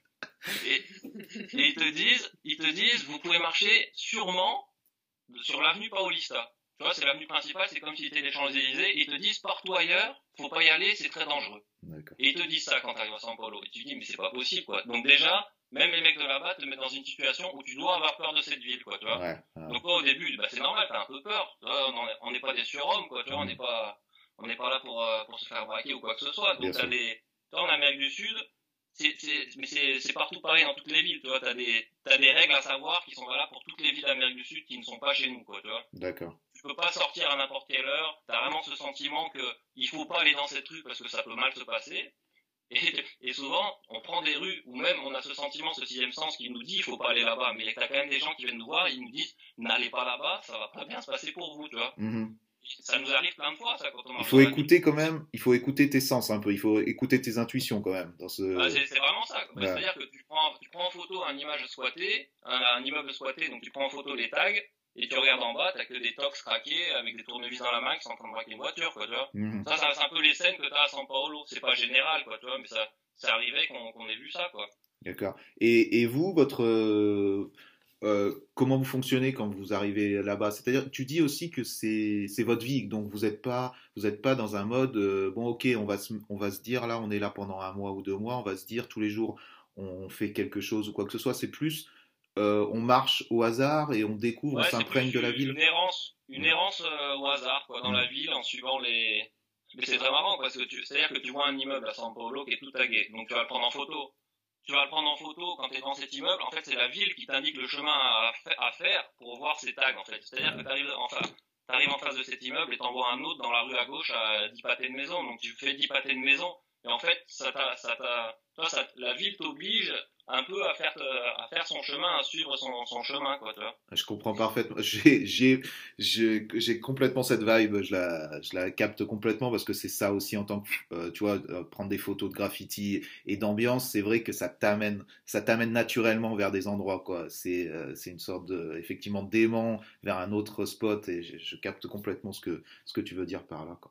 Et, et ils te disent, ils te disent, vous pouvez marcher sûrement sur l'avenue Paulista. Tu vois, c'est l'avenue principale, c'est comme si c'était les Champs-Élysées. Ils te disent, partout ailleurs, faut pas y aller, c'est très dangereux. d'accord. Et ils te disent ça quand tu arrives à São Paulo. Et tu te dis, mais c'est pas possible, quoi. Donc déjà, même les mecs de là-bas te mettent dans une situation où tu dois avoir peur de cette ville, quoi, tu vois. Ouais. Ah. Donc toi, au début, bah, c'est normal, t'as un peu peur. Tu vois, on n'est pas des surhommes, quoi, tu vois, on n'est Mhm. pas, on n'est pas là pour, euh, pour se faire braquer ou quoi que ce soit. Bien Donc t'as sûr. des, tu vois, en Amérique du Sud, c'est, c'est, mais c'est, c'est partout pareil dans toutes les villes, tu vois, t'as des, t'as des règles à savoir qui sont valables pour toutes les villes d'Amérique du Sud qui ne sont pas chez nous, quoi, tu vois. D'accord. Tu peux pas sortir à n'importe quelle heure, t'as vraiment ce sentiment que il faut pas aller dans cette rue parce que ça peut mal se passer. Et, et souvent, on prend des rues où même on a ce sentiment, ce sixième sens qui nous dit il faut pas aller là-bas, mais t'as quand même des gens qui viennent nous voir et ils nous disent n'allez pas là-bas, ça va pas bien se passer pour vous, tu vois. Mhm. Ça nous arrive plein de fois, ça, quand on Il marche faut dans la nuit. écouter quand même, il faut écouter tes sens un peu, il faut écouter tes intuitions quand même dans Ah, ce... c'est c'est vraiment ça. Bah, Ouais. c'est-à-dire que tu prends, tu prends en photo un image squatté, un, un immeuble squatté, donc tu prends en photo les tags, et tu regardes en bas, t'as que des tox craqués avec des tournevis dans la main qui sont en train de braquer une voiture, quoi, tu vois. Mhm. Ça, ça c'est un peu les scènes que t'as à São Paulo. C'est pas général, quoi, tu vois, mais ça, c'est arrivé qu'on qu'on ait vu ça, quoi. D'accord. Et, et vous, votre, euh, euh, comment vous fonctionnez quand vous arrivez là-bas? C'est-à-dire, tu dis aussi que c'est c'est votre vie, donc vous n'êtes pas vous êtes pas dans un mode euh, bon, ok, on va se, on va se dire là, on est là pendant un mois ou deux mois, on va se dire tous les jours on fait quelque chose ou quoi que ce soit. C'est plus euh, on marche au hasard et on découvre, on Ouais, c'est s'imprègne plus de la une ville. errance, une Mm. errance euh, au hasard, quoi, dans la Mm. ville, en suivant les. Mais c'est très marrant parce que tu, c'est-à-dire que tu vois un immeuble à São Paulo qui est tout tagué, donc tu vas le prendre en photo. Tu vas le prendre en photo quand tu es dans cet immeuble. En fait, c'est la ville qui t'indique le chemin à, fa- à faire pour voir ces tags, en fait. C'est-à-dire que tu arrives en face, t'arrives en face de cet immeuble et t'en vois un autre dans la rue à gauche à dix pâtés de maison. Donc tu fais dix pâtés de maison. Et en fait, ça t'a, ça t'a, toi, ça, la ville t'oblige un peu à faire, te- à faire son chemin, à suivre son, son chemin, quoi, tu vois. Je comprends parfaitement. J'ai, j'ai, j'ai, j'ai complètement cette vibe. Je la, je la capte complètement parce que c'est ça aussi en tant que, euh, tu vois, euh, prendre des photos de graffiti et d'ambiance. C'est vrai que ça t'amène, ça t'amène naturellement vers des endroits, quoi. C'est, euh, c'est une sorte de, effectivement, d'aimant vers un autre spot et je, je capte complètement ce que, ce que tu veux dire par là, quoi.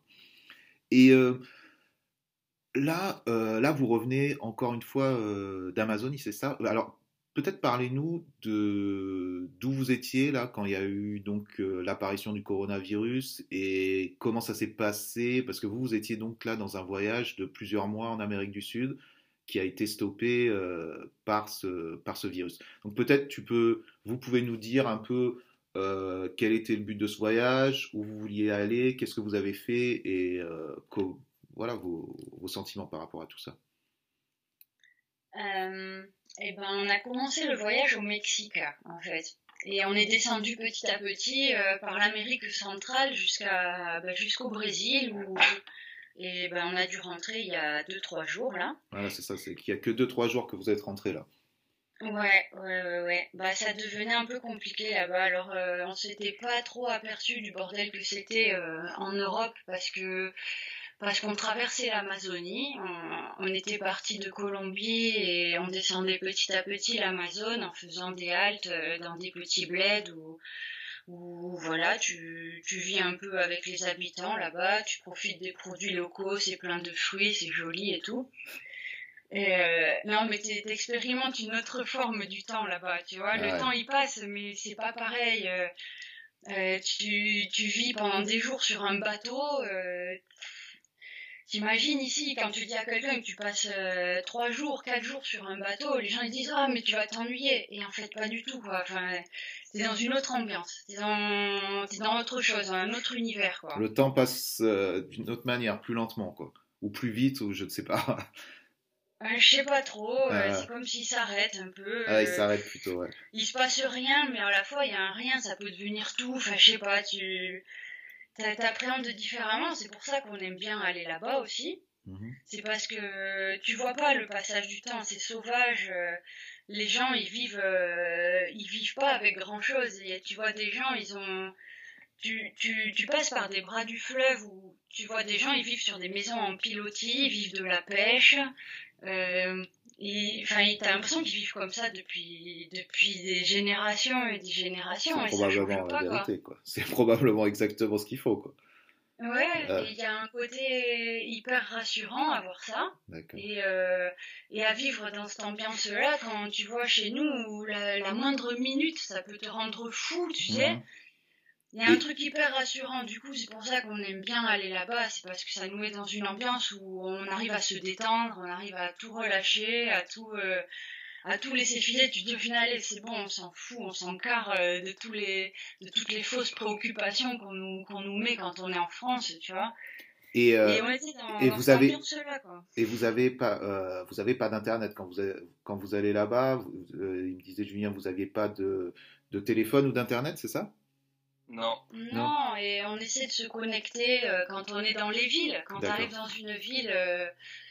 Et euh, là, euh, là, vous revenez encore une fois euh, d'Amazonie, c'est ça? Alors, peut-être parlez-nous de d'où vous étiez là quand il y a eu donc euh, l'apparition du coronavirus et comment ça s'est passé parce que vous vous étiez donc là dans un voyage de plusieurs mois en Amérique du Sud qui a été stoppé euh, par ce par ce virus. Donc peut-être tu peux vous pouvez nous dire un peu euh, quel était le but de ce voyage, où vous vouliez aller, qu'est-ce que vous avez fait et euh, co- voilà vos, vos sentiments par rapport à tout ça. Euh, et ben, on a commencé le voyage au Mexique, en fait. Et on est descendu petit à petit euh, par l'Amérique centrale jusqu'à bah, jusqu'au Brésil où et ben on a dû rentrer il y a deux trois jours là. Voilà, c'est ça, c'est qu'il y a que deux trois jours que vous êtes rentré là. Ouais, ouais, ouais, ouais. Bah ça devenait un peu compliqué là-bas. Alors euh, on s'était pas trop aperçu du bordel que c'était euh, en Europe parce que parce qu'on traversait l'Amazonie. On, on était parti de Colombie et on descendait petit à petit l'Amazone en faisant des haltes euh, dans des petits bleds où où voilà, tu, tu vis un peu avec les habitants là-bas, tu profites des produits locaux, c'est plein de fruits, c'est joli et tout. Et euh, non, mais t'es- t'expérimentes une autre forme du temps là-bas, tu vois. Le Ah ouais. temps il passe, mais c'est pas pareil. Euh, euh, tu, tu vis pendant des jours sur un bateau. Euh, t'imagines ici, quand tu dis à quelqu'un que tu passes euh, trois jours, quatre jours sur un bateau, les gens ils disent ah mais tu vas t'ennuyer. Et en fait pas du tout quoi. Enfin, t'es dans une autre ambiance, t'es dans, t'es dans autre chose, un autre univers quoi. Le temps passe euh, d'une autre manière, plus lentement quoi, ou plus vite, ou je ne sais pas. Euh, je sais pas trop, euh, Euh, c'est comme s'il s'arrête un peu. ah, il Euh, s'arrête plutôt, ouais. il se passe rien, mais à la fois il y a un rien, ça peut devenir tout. Enfin, je sais pas, tu t'a- t'appréhendes différemment. C'est pour ça qu'on aime bien aller là-bas aussi. Mhm. C'est parce que tu vois pas le passage du temps, c'est sauvage. euh, les gens ils vivent, euh, ils vivent pas avec grand-chose. Et tu vois des gens, ils ont, tu, tu, tu passes par des bras du fleuve où tu vois des gens, ils vivent sur des maisons en pilotis, ils vivent de la pêche. Euh, et, enfin, t'as l'impression qu'ils vivent comme ça depuis, depuis des générations et des C'est générations, et ça change probablement la pas, quoi. vérité, quoi. C'est probablement exactement ce qu'il faut, quoi. Ouais, Euh, et il y a un côté hyper rassurant à voir ça. d'accord. Et, euh, et à vivre dans cette ambiance-là, quand tu vois chez nous où la, la moindre minute, ça peut te rendre fou, tu sais. Mhm. Il y a un Et, truc hyper rassurant, du coup, c'est pour ça qu'on aime bien aller là-bas, c'est parce que ça nous met dans une ambiance où on arrive à se détendre, on arrive à tout relâcher, à tout, euh, à tout laisser filer. Tu te dis au final, eh, c'est bon, on s'en fout, on s'en carre euh, de tous les, de toutes les fausses préoccupations qu'on nous, qu'on nous met quand on est en France, tu vois. et, euh, Et on était dans, et dans vous cette avez, ambiance-là, quoi. et vous avez pas, euh, vous avez pas d'internet quand vous, a- quand vous allez là-bas. Vous- euh, il me disait Julien, vous aviez pas de, de téléphone ou d'internet, c'est ça? Non. Non? Non, et on essaie de se connecter euh, quand on est dans les villes. Quand tu arrives D'accord. dans une ville, euh,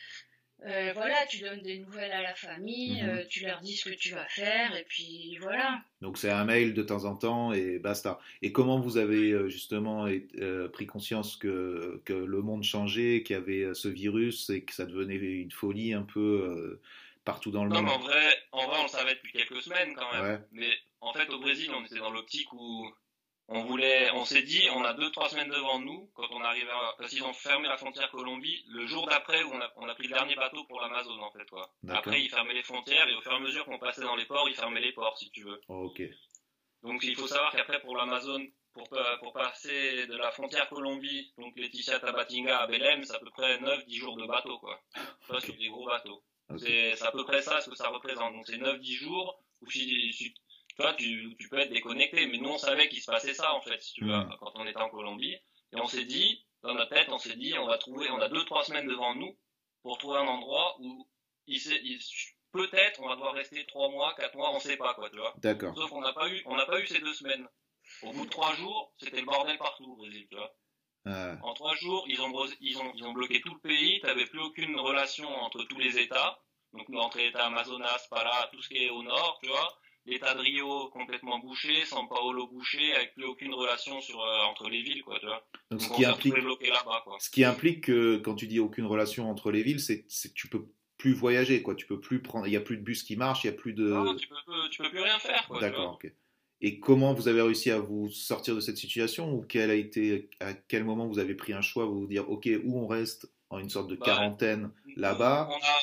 euh, voilà, tu donnes des nouvelles à la famille, Mhm. euh, tu leur dis ce que tu vas faire, et puis voilà. Donc c'est un mail de temps en temps et basta. Et comment vous avez euh, justement et- euh, pris conscience que, que le monde changeait, qu'il y avait euh, ce virus et que ça devenait une folie un peu euh, partout dans le Non, mais monde? en vrai, en vrai, on le savait depuis quelques semaines quand même. Ouais, Mais en fait, au Brésil, on était dans l'optique où on voulait, on s'est dit, on a deux, trois semaines devant nous quand on arrive à, parce qu'ils ont fermé la frontière Colombie le jour d'après où on a, on a pris le dernier bateau pour l'Amazon en fait quoi. d'accord. Après, ils fermaient les frontières et au fur et à mesure qu'on passait dans les ports, ils fermaient les ports si tu veux. Oh, ok. Donc il faut savoir qu'après pour l'Amazon, pour, pa- pour passer de la frontière Colombie, donc Laetitia Tabatinga à Belém, c'est à peu près neuf dix jours de bateau quoi. Pas Ok. sur des gros bateaux. Ok. C'est c'est à peu près ça ce que ça représente. Donc c'est neuf dix jours où si, si- tu vois, tu, tu peux être déconnecté. Mais nous on savait qu'il se passait ça en fait, si tu veux, Hmm. quand on était en Colombie. Et on s'est dit, dans notre tête, on s'est dit, on va trouver, on a deux trois semaines devant nous pour trouver un endroit où il, sait- il- peut-être on va devoir rester trois mois, quatre mois, on sait pas quoi, tu vois. D'accord. Sauf qu'on n'a pas eu, on n'a pas eu ces deux semaines. Au bout de trois jours, c'était le bordel partout au Brésil, tu vois. Ah, En trois jours, ils ont, bros- ils ont, ils ont bloqué tout le pays, t'avais plus aucune relation entre tous les États. Donc, entre l'État Amazonas, Pará, tout ce qui est au nord, tu vois. L'État de Rio complètement bouché, São Paulo bouché, avec plus aucune relation sur, euh, entre les villes, quoi, tu vois. donc ce Donc, on qui s'est retrouvés implique, bloqués là-bas, quoi. ce qui implique que quand tu dis aucune relation entre les villes, c'est c'est que tu peux plus voyager, quoi. Tu peux plus prendre, il y a plus de bus qui marchent, il y a plus Non, de. tu peux, tu peux plus rien faire, quoi, tu D'accord, vois. ok. Et comment vous avez réussi à vous sortir de cette situation ou quel a été, à quel moment vous avez pris un choix, vous vous dire, ok, où on reste en une sorte de Bah, quarantaine nous, là-bas? on a,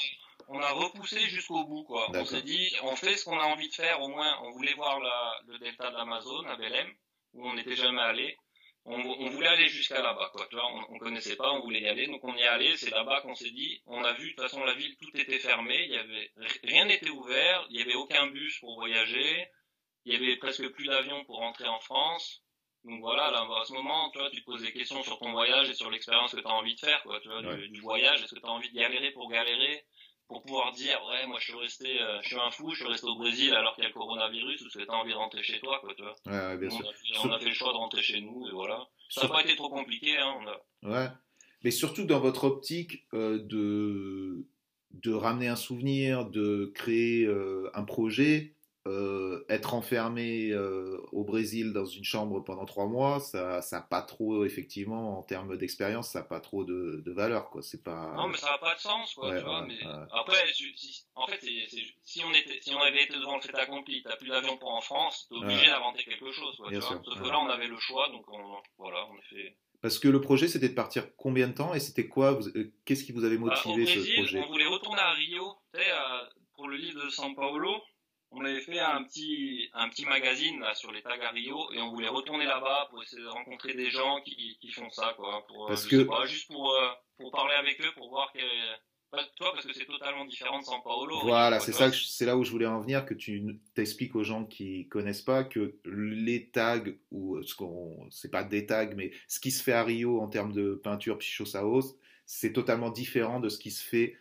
on a repoussé jusqu'au bout, quoi. On D'accord. s'est dit, on fait ce qu'on a envie de faire, au moins, on voulait voir la, le delta de l'Amazon à Belém, où on n'était jamais allé. On, on voulait aller jusqu'à là-bas, quoi. Tu vois, on, on connaissait pas, on voulait y aller, donc on y est allé. C'est là-bas qu'on s'est dit, on a vu, de toute façon, la ville, tout était fermé, il y avait, rien n'était ouvert, il y avait aucun bus pour voyager, il y avait presque plus d'avions pour rentrer en France. Donc voilà, là, à ce moment, tu vois, tu te poses des questions sur ton voyage et sur l'expérience que tu as envie de faire, quoi, tu vois, Ouais. du, du voyage. Est-ce que tu as envie de galérer pour galérer, pour pouvoir dire, ouais, moi, je suis resté, euh, je suis un fou, je suis resté au Brésil alors qu'il y a le coronavirus, ou est-ce que tu as envie de rentrer chez toi, quoi, tu vois. Ouais, ouais, bien Donc, sûr. on a, fait, Sur- on a fait le choix de rentrer chez nous, et voilà. Ça n'a sur- pas été trop compliqué, hein, on a... Ouais. Mais surtout dans votre optique euh, de, de ramener un souvenir, de créer euh, un projet, euh, être enfermé euh, au Brésil dans une chambre pendant trois mois, ça ça n'a pas trop, effectivement, en termes d'expérience, ça n'a pas trop de, de valeur, quoi. C'est Non, pas. mais ça n'a pas de sens, quoi, Ouais, tu vois, ouais, mais ouais. après, si, si- en fait, c'est, c'est, si on était, si on avait été devant le fait accompli, t'as plus d'avion pour en France, t'es obligé Ouais, d'inventer quelque chose, quoi, tu bien vois. sûr. Sauf que Ouais. là, on avait le choix, donc on, voilà, on a fait... Parce que le projet, c'était de partir combien de temps et c'était quoi vous- euh, qu'est-ce qui vous avait Bah, au motivé ce Brésil, on projet? voulait retourner à Rio, tu sais, à- pour le livre de São Paulo. On avait fait un petit, un petit magazine là, sur les tags à Rio et on voulait retourner là-bas pour essayer de rencontrer des gens qui, qui font ça, quoi. Pour, euh, Parce je sais que pas, juste pour, euh, pour parler avec eux, pour voir que. Bah, toi, parce que c'est totalement différent de São Paulo, Rio, voilà, quoi. c'est Tu vois, ça, que je- c'est là où je voulais en venir, que tu n- t'expliques aux gens qui connaissent pas que les tags, ou euh, ce qu'on, c'est pas des tags, mais ce qui se fait à Rio en termes de peinture Pichot Saos, c'est totalement différent de ce qui se fait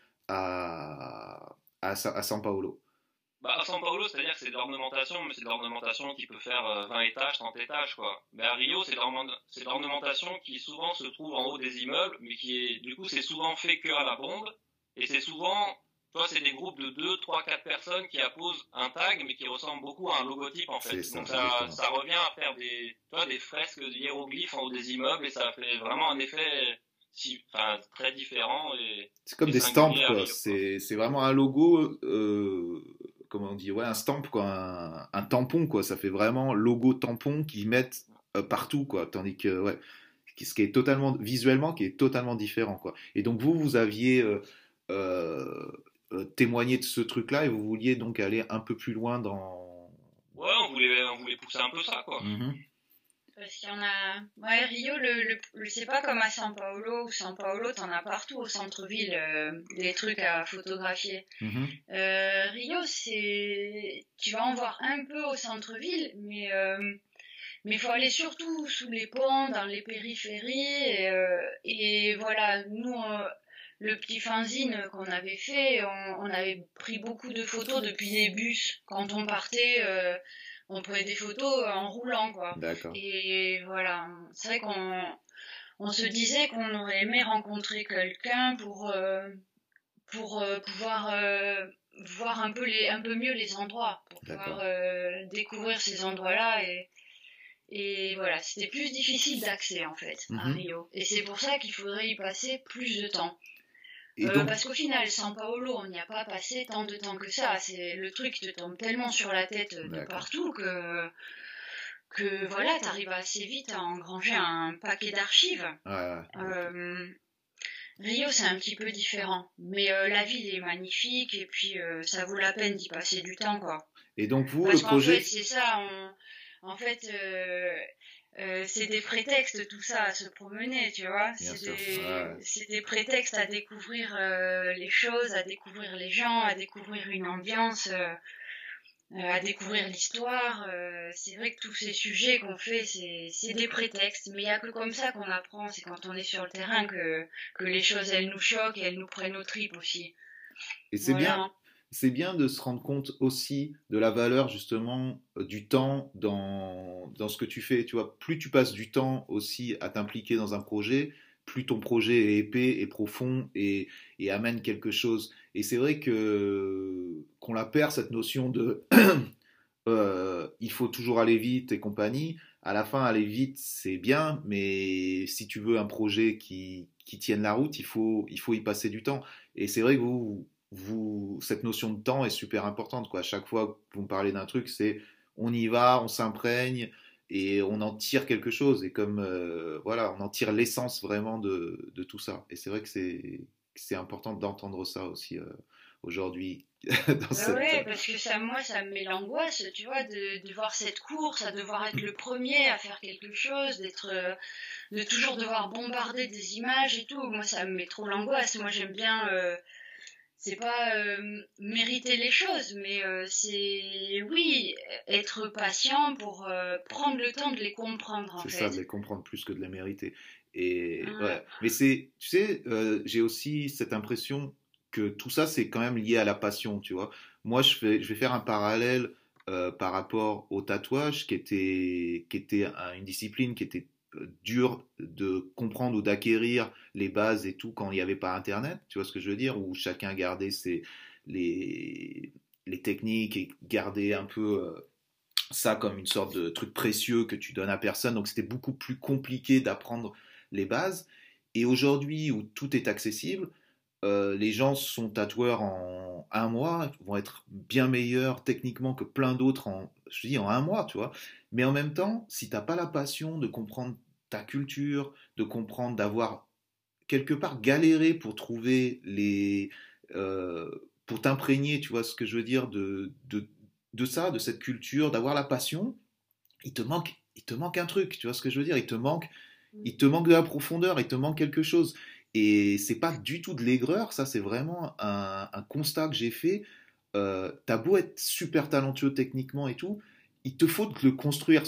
à, à, Sa- à São Paulo. bah, à São Paulo, c'est-à-dire que c'est de l'ornementation, mais c'est de l'ornementation qui peut faire euh, vingt étages, trente étages, quoi. Mais à Rio, c'est de l'ornement- c'est de l'ornementation qui souvent se trouve en haut des immeubles, mais qui est, du coup, c'est souvent fait que à la bombe, et c'est souvent, tu vois, c'est des groupes de deux, trois, quatre personnes qui apposent un tag, mais qui ressemble beaucoup à un logotype, en fait. C'est ça, Donc ça, exactement. ça revient à faire des, tu vois, des fresques hiéroglyphes en haut des immeubles, et ça fait vraiment un effet, si, enfin, très différent et, C'est comme et des stamps, singulier à quoi. Rio, quoi. C'est, c'est vraiment un logo, euh, comment on dit, ouais, un stamp, quoi, un, un tampon, quoi. Ça fait vraiment logo tampon qu'ils mettent euh, partout, quoi. Tandis que, ouais, ce qui est totalement, visuellement, qui est totalement différent, quoi. Et donc vous, vous aviez euh, euh, euh, témoigné de ce truc-là et vous vouliez donc aller un peu plus loin dans. Ouais, on voulait, on voulait pousser un peu ça, quoi. Mhm. Parce qu'il y en a. Ouais, Rio, le, le, le- c'est pas comme à São Paulo, où São Paulo, t'en as partout au centre-ville, euh, des trucs à photographier. Mhm. Euh, Rio, c'est. Tu vas en voir un peu au centre-ville, mais euh, mais faut aller surtout sous les ponts, dans les périphéries, et, euh, et voilà, nous, euh, le petit fanzine qu'on avait fait, on, on avait pris beaucoup de photos depuis les bus. Quand on partait, euh, on prenait des photos en roulant, quoi. D'accord. Et voilà, c'est vrai qu'on on se disait qu'on aurait aimé rencontrer quelqu'un pour, euh, pour euh, pouvoir euh, voir un peu, les, un peu mieux les endroits, pour pouvoir D'accord. euh, découvrir ces endroits-là. Et, et voilà, c'était plus difficile d'accès en fait à Mhm. Rio. Et c'est pour ça qu'il faudrait y passer plus de temps. Et Euh, donc, parce qu'au final, São Paulo, on n'y a pas passé tant de temps que ça. C'est le truc te tombe tellement sur la tête de d'accord. partout que que voilà, t'arrives assez vite à engranger un paquet d'archives. Ouais, ouais, exactement. Euh, Rio, c'est un petit peu différent, mais euh, la ville est magnifique et puis euh, ça vaut la peine d'y passer du temps, quoi. Et donc vous, le Parce qu'en projet. fait, c'est ça, on- en fait, euh, euh, c'est des prétextes tout ça à se promener, tu vois. Bien C'est sûr. des, Ouais. c'est des prétextes à découvrir euh, les choses, à découvrir les gens, à découvrir une ambiance. euh, euh, à découvrir l'histoire. Euh, c'est vrai que tous ces sujets qu'on fait, c'est, c'est des prétextes, mais il n'y a que comme ça qu'on apprend. C'est quand on est sur le terrain que, que les choses, elles nous choquent et elles nous prennent aux tripes aussi. Et c'est bien, Voilà. c'est bien de se rendre compte aussi de la valeur justement euh, du temps dans, dans ce que tu fais. Tu vois, plus tu passes du temps aussi à t'impliquer dans un projet, plus ton projet est épais et profond et, et amène quelque chose. Et c'est vrai que qu'on la perd cette notion de euh, il faut toujours aller vite et compagnie. À la fin, aller vite, c'est bien, mais si tu veux un projet qui, qui tienne la route, il faut, il faut y passer du temps. Et c'est vrai que vous, vous, cette notion de temps est super importante, quoi. À chaque fois que vous me parlez d'un truc, c'est on y va, on s'imprègne et on en tire quelque chose. Et comme, euh, voilà, on en tire l'essence vraiment de, de tout ça. Et c'est vrai que c'est, que c'est important d'entendre ça aussi euh, aujourd'hui dans Bah cette... ouais, parce que ça, moi, ça me met l'angoisse, tu vois, de, de voir cette course, à devoir être le premier à faire quelque chose, d'être, euh, de toujours devoir bombarder des images et tout. Moi, ça me met trop l'angoisse. Moi, j'aime bien, euh, c'est pas euh, mériter les choses, mais euh, c'est, oui, être patient pour euh, prendre le temps de les comprendre, en C'est ça, de fait. les comprendre plus que de les mériter. Et Voilà. ouais, mais c'est, tu sais, euh, j'ai aussi cette impression que tout ça, c'est quand même lié à la passion, tu vois. Moi, je fais, je vais faire un parallèle euh, par rapport au tatouage, qui était, qui était un- une discipline qui était euh, dure de comprendre ou d'acquérir les bases et tout quand il n'y avait pas Internet, tu vois ce que je veux dire, où chacun gardait ses, les, les techniques et gardait un peu euh, ça comme une sorte de truc précieux que tu donnes à personne. Donc c'était beaucoup plus compliqué d'apprendre les bases. Et aujourd'hui, où tout est accessible, euh, les gens sont tatoueurs en un mois, vont être bien meilleurs techniquement que plein d'autres en, je dis, en un mois, tu vois. Mais en même temps, si t'as pas la passion de comprendre ta culture, de comprendre, d'avoir quelque part galéré pour trouver les, euh, pour t'imprégner, tu vois ce que je veux dire, de, de, de ça, de cette culture, d'avoir la passion, il te manque, il te manque un truc, tu vois ce que je veux dire, il te manque, il te manque de la profondeur, il te manque quelque chose. Et c'est pas du tout de l'aigreur, ça c'est vraiment un, un constat que j'ai fait. Euh, T'as beau être super talentueux techniquement et tout, il te faut le construire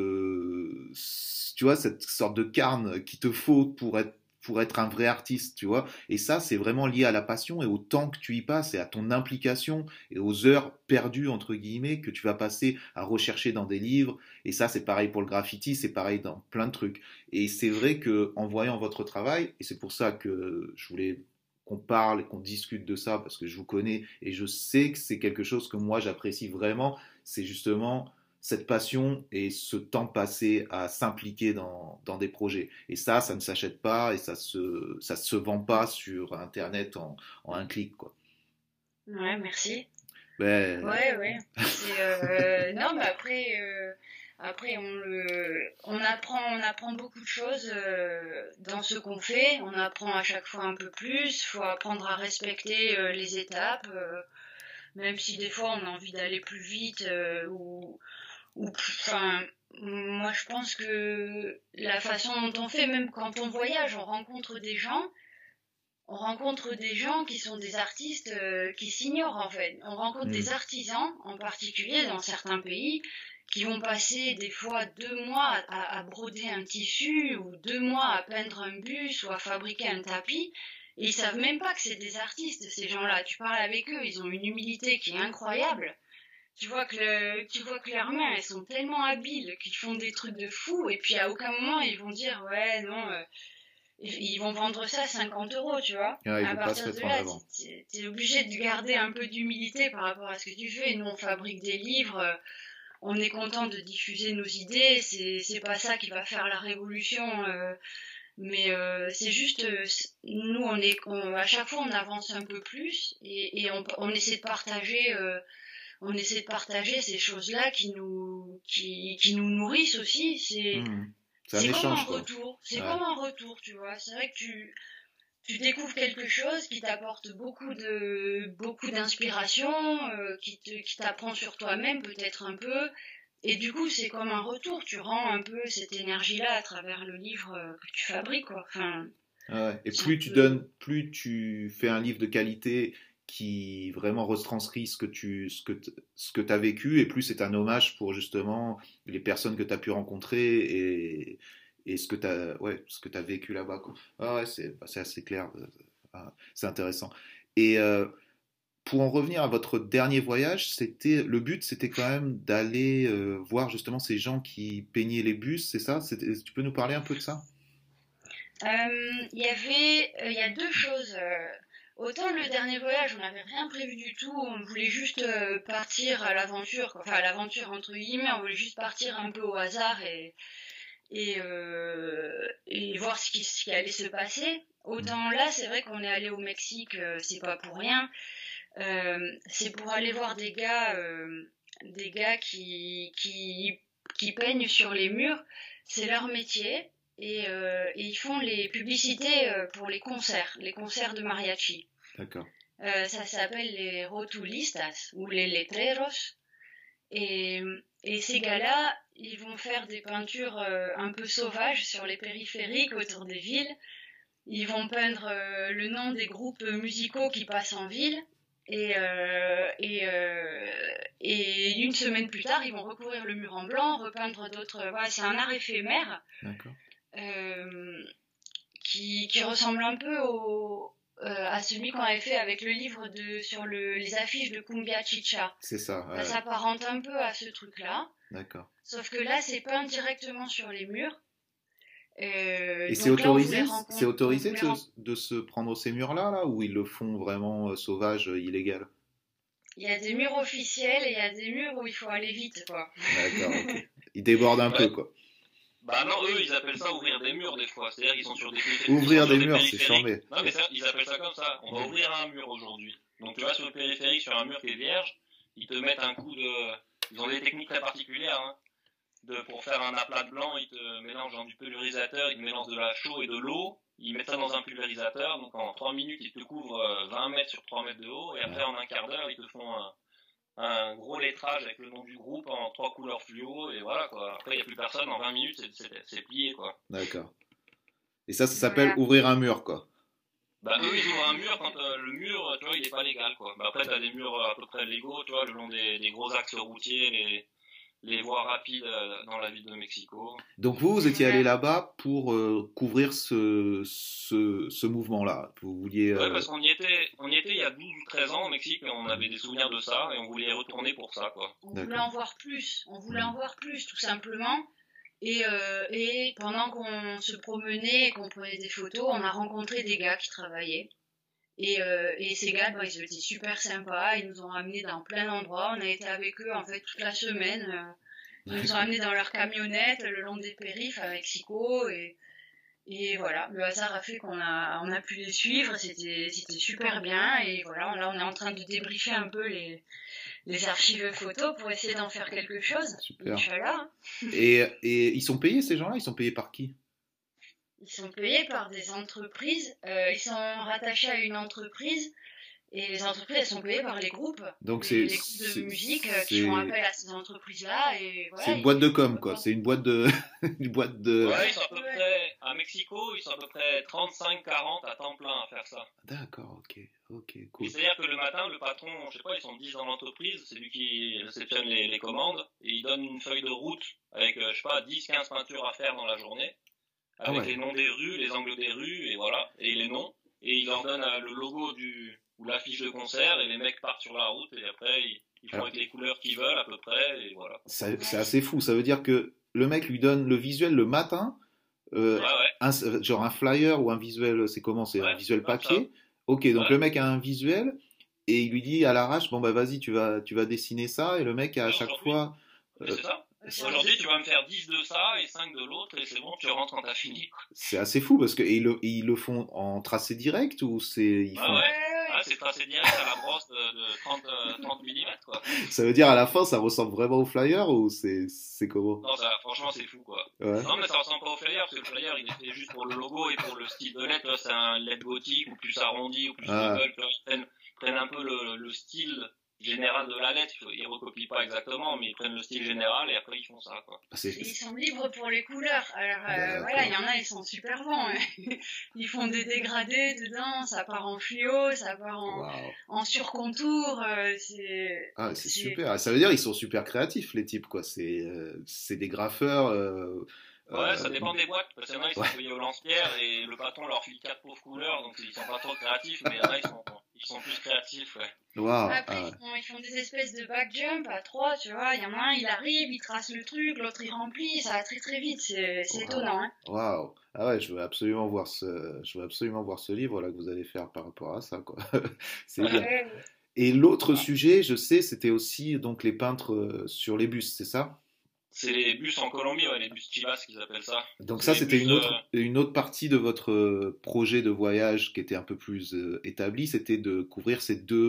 ce, ce- tu vois, cette sorte de carne qu'il te faut pour être pour être un vrai artiste, tu vois. Et ça, c'est vraiment lié à la passion et au temps que tu y passes et à ton implication et aux heures perdues, entre guillemets, que tu vas passer à rechercher dans des livres. Et ça, c'est pareil pour le graffiti, c'est pareil dans plein de trucs. Et c'est vrai que en voyant votre travail, et c'est pour ça que je voulais qu'on parle et qu'on discute de ça, parce que je vous connais et je sais que c'est quelque chose que moi j'apprécie vraiment, c'est justement cette passion et ce temps passé à s'impliquer dans, dans des projets. Et ça, ça ne s'achète pas et ça se, ça se vend pas sur Internet en, en un clic, quoi. Ouais, merci. Ben, Ouais, ouais. C'est euh, non, mais après, euh, après on le, on apprend, on apprend beaucoup de choses euh, dans ce qu'on fait. On apprend à chaque fois un peu plus. Faut apprendre à respecter euh, les étapes, euh, même si des fois on a envie d'aller plus vite euh, ou, ou, plus- enfin, moi je pense que la façon dont on fait, même quand on voyage, on rencontre des gens on rencontre des gens qui sont des artistes euh, qui s'ignorent en fait. On rencontre des hmm, artisans, en particulier dans certains pays, qui vont passer des fois deux mois à, à broder un tissu ou deux mois à peindre un bus ou à fabriquer un tapis. Et ils savent même pas que c'est des artistes, ces gens-là. Tu parles avec eux, ils ont une humilité qui est incroyable. Tu vois que le, tu vois que leurs mains, elles sont tellement habiles qu'ils font des trucs de fou. Et puis à aucun moment ils vont dire ouais non. euh, ils vont vendre ça cinquante euros, tu vois. ouais, ils À vont pas se partir de mettre en là, avant. tu es obligé de garder un peu d'humilité par rapport à ce que tu fais. Nous, on fabrique des livres, euh, on est content de diffuser nos idées, c'est c'est pas ça qui va faire la révolution, euh, mais euh, c'est juste, euh, nous, on est, on- à chaque fois, on avance un peu plus et, et on, on essaie de partager, euh, on essaie de partager ces choses-là qui nous, qui, qui nous nourrissent aussi. C'est Hmm. C'est un c'est comme un échange, quoi. retour, c'est Ouais. comme un retour, tu vois. C'est vrai que tu, tu découvres quelque chose qui t'apporte beaucoup de beaucoup d'inspiration, euh, qui te, qui t'apprend sur toi-même peut-être un peu, et du coup c'est comme un retour. Tu rends un peu cette énergie-là à travers le livre euh, que tu fabriques, quoi. Enfin, Ouais. Et c'est un plus tu peu. donnes, plus tu fais un livre de qualité qui vraiment retranscrit ce que tu ce que t- ce que t'as vécu, et plus c'est un hommage pour justement les personnes que tu as pu rencontrer et, et ce que tu as ouais, ce que tu vécu là-bas, quoi. Ah ouais, c'est bah, c'est assez clair. euh, ah, c'est intéressant. Et euh, pour en revenir à votre dernier voyage, c'était le but, c'était quand même d'aller euh, voir justement ces gens qui peignaient les bus, c'est ça? C'était- Tu peux nous parler un peu de ça? Euh, Il y avait, euh, il y a deux choses. euh, Autant le dernier voyage, on n'avait rien prévu du tout, on voulait juste euh, partir à l'aventure, quoi. Enfin à l'aventure entre guillemets, on voulait juste partir un peu au hasard et et, euh, et voir ce qui, ce qui allait se passer. Autant là, c'est vrai qu'on est allé au Mexique, euh, c'est pas pour rien. Euh, c'est pour aller voir des gars, euh, des gars qui, qui, qui peignent sur les murs. C'est leur métier. Et, euh, et ils font les publicités euh, pour les concerts, les concerts de mariachi. D'accord. Euh, ça s'appelle les rotulistas ou les letreros. Et, et ces gars-là, ils vont faire des peintures euh, un peu sauvages sur les périphériques autour des villes. Ils vont peindre euh, le nom des groupes musicaux qui passent en ville. Et, euh, et, euh, et une semaine plus tard, ils vont recouvrir le mur en blanc, repeindre d'autres. Voilà, c'est un art éphémère euh, qui, qui ressemble un peu au, euh, à celui qu'on avait fait avec le livre de, sur le, les affiches de Cumbia Chicha. C'est ça. Ouais. Ça s'apparente un peu à ce truc-là. D'accord. Sauf que là, c'est peint directement sur les murs. Euh, et c'est autorisé, c'est autorisé de, de se prendre ces murs-là, là, ou ils le font vraiment euh, sauvage, euh, illégal? Il y a des murs officiels et il y a des murs où il faut aller vite, quoi. D'accord, ok. Ils débordent un ouais. peu, quoi. Bah non, eux, ils appellent ça ouvrir des murs, des fois. C'est-à-dire qu'ils sont sur des Ouvrir des, des murs, c'est charmé. Non, mais ça, ils appellent ça comme ça. On va ouvrir un mur aujourd'hui. Donc tu vas sur le périphérique, sur un mur qui est vierge, ils te mettent un coup de... Ils ont des techniques très particulières, hein. De, pour faire un aplat de blanc, ils te mélangent dans du pulvérisateur, ils te mélangent de la chaux et de l'eau, ils mettent ça dans un pulvérisateur, donc en trois minutes, ils te couvrent vingt mètres sur trois mètres de haut, et après, en un quart d'heure, ils te font un, un gros lettrage avec le nom du groupe en trois couleurs fluo, et voilà, quoi. Après, il n'y a plus personne, en vingt minutes, c'est plié, quoi. D'accord. Et ça, ça s'appelle voilà. Ouvrir un mur, quoi. Bah eux, ils ouvrent un mur quand euh, le mur, tu vois, il n'est pas légal, quoi. Bah, après, tu as des murs à peu près légaux, tu vois, le long des, des gros axes routiers, les... les voies rapides dans la ville de Mexico. Donc vous, vous étiez allé là-bas pour euh, couvrir ce, ce, ce mouvement-là. Vous vouliez... Euh... Ouais, parce qu'on y était, on y était il y a douze ou treize ans au Mexique, et on avait des souvenirs de ça, et on voulait y retourner pour ça, quoi. On voulait en voir plus, on voulait en voir plus, tout simplement. Et, euh, et pendant qu'on se promenait et qu'on prenait des photos, on a rencontré des gars qui travaillaient. Et, euh, et ces gars, bah, ils étaient super sympas, ils nous ont amenés dans plein d'endroits, on a été avec eux en fait toute la semaine, euh, ils nous ont amenés dans leur camionnette le long des périphes à Mexico, et, et voilà, le hasard a fait qu'on a, on a pu les suivre, c'était, c'était super bien, et voilà, là on est en train de débriefer un peu les, les archives photos pour essayer d'en faire quelque chose. Super. Inch'Allah. Et, et ils sont payés ces gens-là, ils sont payés par qui? Ils sont payés par des entreprises, euh, ils sont rattachés à une entreprise, et les entreprises, elles sont payées par les groupes. Donc les, c'est, les groupes de musique euh, qui font appel à ces entreprises-là. Et voilà, c'est une boîte de com, quoi. C'est une boîte de... une boîte de... Ouais, ils sont à peu près... À Mexico, ils sont à peu près trente-cinq quarante à temps plein à faire ça. D'accord, ok. Ok, cool. C'est-à-dire que le matin, le patron, je sais pas, ils sont dix dans l'entreprise, c'est lui qui réceptionne les, les commandes, et il donne une feuille de route avec, je sais pas, dix quinze peintures à faire dans la journée. Avec ah ouais. les noms des rues, les angles des rues, et voilà, et les noms. Et il leur donne le logo du, ou l'affiche de concert, et les mecs partent sur la route, et après, ils, ils font Alors, avec les couleurs qu'ils veulent, à peu près, et voilà. Ça, c'est assez fou, ça veut dire que le mec lui donne le visuel le matin, euh, ouais, ouais. Un, genre un flyer ou un visuel, c'est comment? C'est ouais, un visuel papier? Ça. Ok, donc ouais. Le mec a un visuel, et il lui dit à l'arrache, bon bah vas-y, tu vas, tu vas dessiner ça, et le mec à ouais, chaque fois... Euh, c'est ça. Aujourd'hui, tu vas me faire dix de ça et cinq de l'autre, et c'est bon, tu rentres quand t'as fini. C'est assez fou, parce que et ils, le, et ils le font en tracé direct, ou c'est... Ils ah font... ouais, ah, c'est tracé direct à la brosse de, de trente, euh, trente millimètres, quoi. Ça veut dire à la fin, ça ressemble vraiment au flyer, ou c'est, c'est comment? Non, ça, franchement, c'est fou, quoi. Ouais. Non, mais ça ressemble pas au flyer, parce que le flyer, il est fait juste pour le logo et pour le style de lettre, c'est un L E D gothique, ou plus arrondi, ou plus ah. Veulent, ils prennent, prennent un peu le, le style... général de la lettre, ils recopient pas exactement, mais ils prennent le style général et après ils font ça, quoi. Ils sont libres pour les couleurs. Alors euh, voilà, il y en a, ils sont super bons. Hein. Ils font des dégradés dedans, ça part en fluo, ça part en, wow. en surcontour. Euh, c'est, ah, c'est, c'est super. Ça veut dire ils sont super créatifs les types, quoi. C'est, euh, c'est des graffeurs. Euh... Ouais, euh, ça dépend des boîtes, parce qu'il y en a, ils sont ouais. payés au lance-pierre et le patron leur file quatre pauvres couleurs, donc ils sont pas trop créatifs, mais il y en a, ils sont, ils sont plus créatifs, ouais. Wow. Après, ah. ils, font, ils font des espèces de back jump à trois, tu vois, il y en a un, il arrive, il trace le truc, l'autre il remplit, ça va très très vite, c'est, c'est wow. étonnant, hein. Waouh. Ah ouais, je veux absolument voir ce, je veux absolument voir ce livre là que vous allez faire par rapport à ça, quoi. C'est ouais. bien. Et l'autre ouais. sujet, je sais, c'était aussi donc les peintres sur les bus, c'est ça? C'est les bus en Colombie, ouais, les bus Chivas qu'ils appellent ça. Donc c'est ça, c'était bus, une autre, euh... une autre partie de votre projet de voyage qui était un peu plus euh, établi, c'était de couvrir ces deux,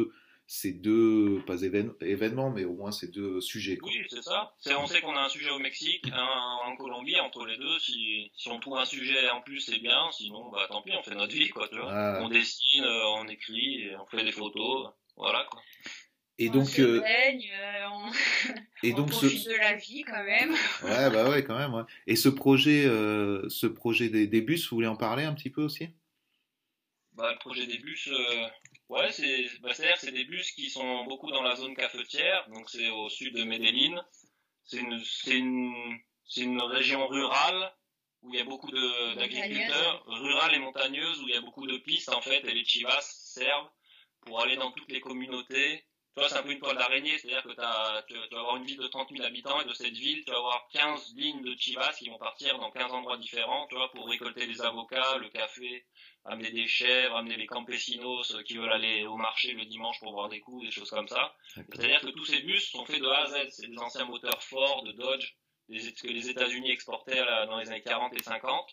ces deux, pas évén- événements, mais au moins ces deux sujets, quoi. Oui, c'est ça. C'est, on sait qu'on a un sujet au Mexique, un en Colombie, entre les deux. Si, si on trouve un sujet en plus, c'est bien. Sinon, bah tant pis, on fait notre vie, quoi, tu vois. Ah, On dessine, euh, on écrit, et on fait des photos. Voilà, quoi. et On donc, se euh, baigne, euh, on, et on donc ce, profite de la vie quand même. ouais, bah ouais, quand même, ouais. Et ce projet, euh, ce projet des, des bus, vous voulez en parler un petit peu aussi? Bah, le projet des bus, euh, ouais, c'est, bah, c'est-à-dire que c'est des bus qui sont beaucoup dans la zone cafetière. Donc, c'est au sud de Medellín. C'est une, c'est une, c'est une région rurale où il y a beaucoup de, Montagneuse. d'agriculteurs, rurale et montagneuse, où il y a beaucoup de pistes en fait, et les chivas servent pour aller dans toutes les communautés. Tu vois, c'est un peu une toile d'araignée, c'est-à-dire que t'as, tu, tu vas avoir une ville de trente mille habitants, et de cette ville, tu vas avoir quinze lignes de chivas qui vont partir dans quinze endroits différents, tu vois, pour récolter les avocats, le café, amener des chèvres, amener les campesinos euh, qui veulent aller au marché le dimanche pour voir des coups, des choses comme ça. D'accord. C'est-à-dire que tous ces bus sont faits de A à Z. C'est des anciens moteurs Ford, de Dodge, des, que les États-Unis exportaient là, dans les années quarante et cinquante.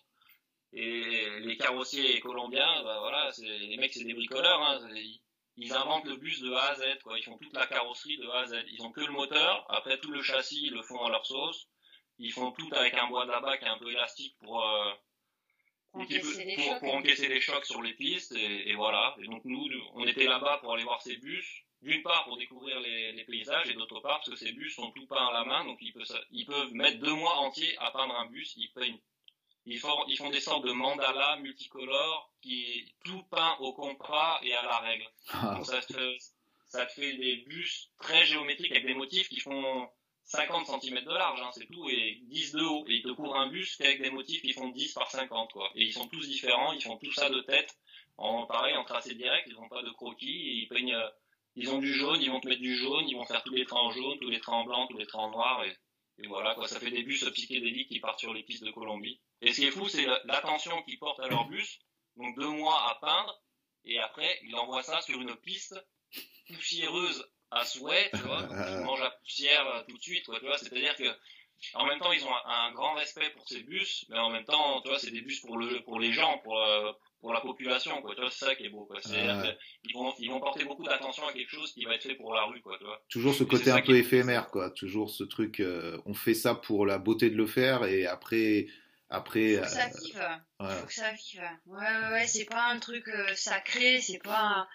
Et les carrossiers colombiens, bah voilà, c'est, les mecs c'est des bricoleurs, hein, ils, ils inventent le bus de A à Z, quoi. Ils font toute la carrosserie de A à Z. Ils ont que le moteur, après tout le châssis ils le font à leur sauce. Ils font tout avec un bois de là-bas qui est un peu élastique pour euh, Pour et qui peut- encaisser les pour, chocs. pour encaisser les chocs sur les pistes, et, et voilà. Et donc nous, on était là-bas pour aller voir ces bus, d'une part pour découvrir les, les paysages, et d'autre part parce que ces bus sont tout peints à la main, donc ils peuvent, ils peuvent mettre deux mois entiers à peindre un bus. Ils, peignent, ils, font, ils font des sortes de mandalas multicolores qui est tout peint au compas et à la règle. Ah, Donc ça te fait, ça te fait des bus très géométriques avec des motifs qui font cinquante centimètres de large, hein, c'est tout, et dix de haut. Et ils te couvrent un bus qu'avec des motifs qui font dix par cinquante, quoi. Et ils sont tous différents, ils font tout ça de tête, en pareil, en tracé direct, ils n'ont pas de croquis, et ils peignent, euh, ils ont du jaune, ils vont te mettre du jaune, ils vont faire tous les traits en jaune, tous les traits en blanc, tous les traits en noir, et, et voilà, quoi. Ça fait des bus psychédéliques qui partent sur les pistes de Colombie. Et ce qui est fou, c'est l'attention qu'ils portent à leur bus, donc deux mois à peindre, et après, ils envoient ça sur une piste poussiéreuse à souhait, tu vois, donc ils mangent la poussière euh, tout de suite, quoi, tu vois, c'est-à-dire que en même temps ils ont un, un grand respect pour ces bus, mais en même temps, tu vois, c'est des bus pour le pour les gens, pour euh, pour la population, quoi, tu vois, c'est ça qui est beau, quoi, c'est-à-dire ah, qu'ils vont ils vont porter beaucoup d'attention à quelque chose qui va être fait pour la rue, quoi, tu vois, toujours ce et c'est côté un ça qui peu est éphémère, quoi. Toujours ce truc, euh, on fait ça pour la beauté de le faire et après, après, Faut euh, que ça vive. ouais. Faut que ça vive. Ouais, ouais, ouais, c'est pas un truc euh, sacré, c'est pas.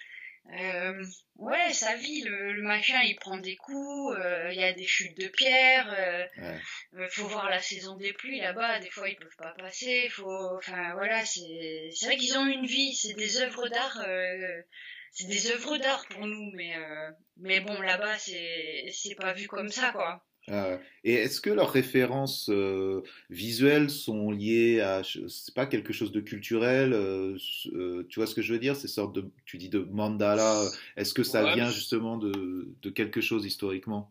Euh, ouais, ça vit, le, le machin il prend des coups, euh, il y a des chutes de pierre, euh, Ouais. euh, faut voir la saison des pluies là-bas, des fois ils peuvent pas passer, faut, enfin voilà, c'est, c'est vrai qu'ils ont une vie, c'est des œuvres d'art, euh, c'est des œuvres d'art pour nous, mais euh, mais bon là-bas c'est c'est pas vu comme ça quoi. Euh, et est-ce que leurs références euh, visuelles sont liées à, je- c'est pas quelque chose de culturel, euh, euh, tu vois ce que je veux dire, ces sortes de, tu dis de mandala, est-ce que ça ouais, vient justement de, de quelque chose historiquement?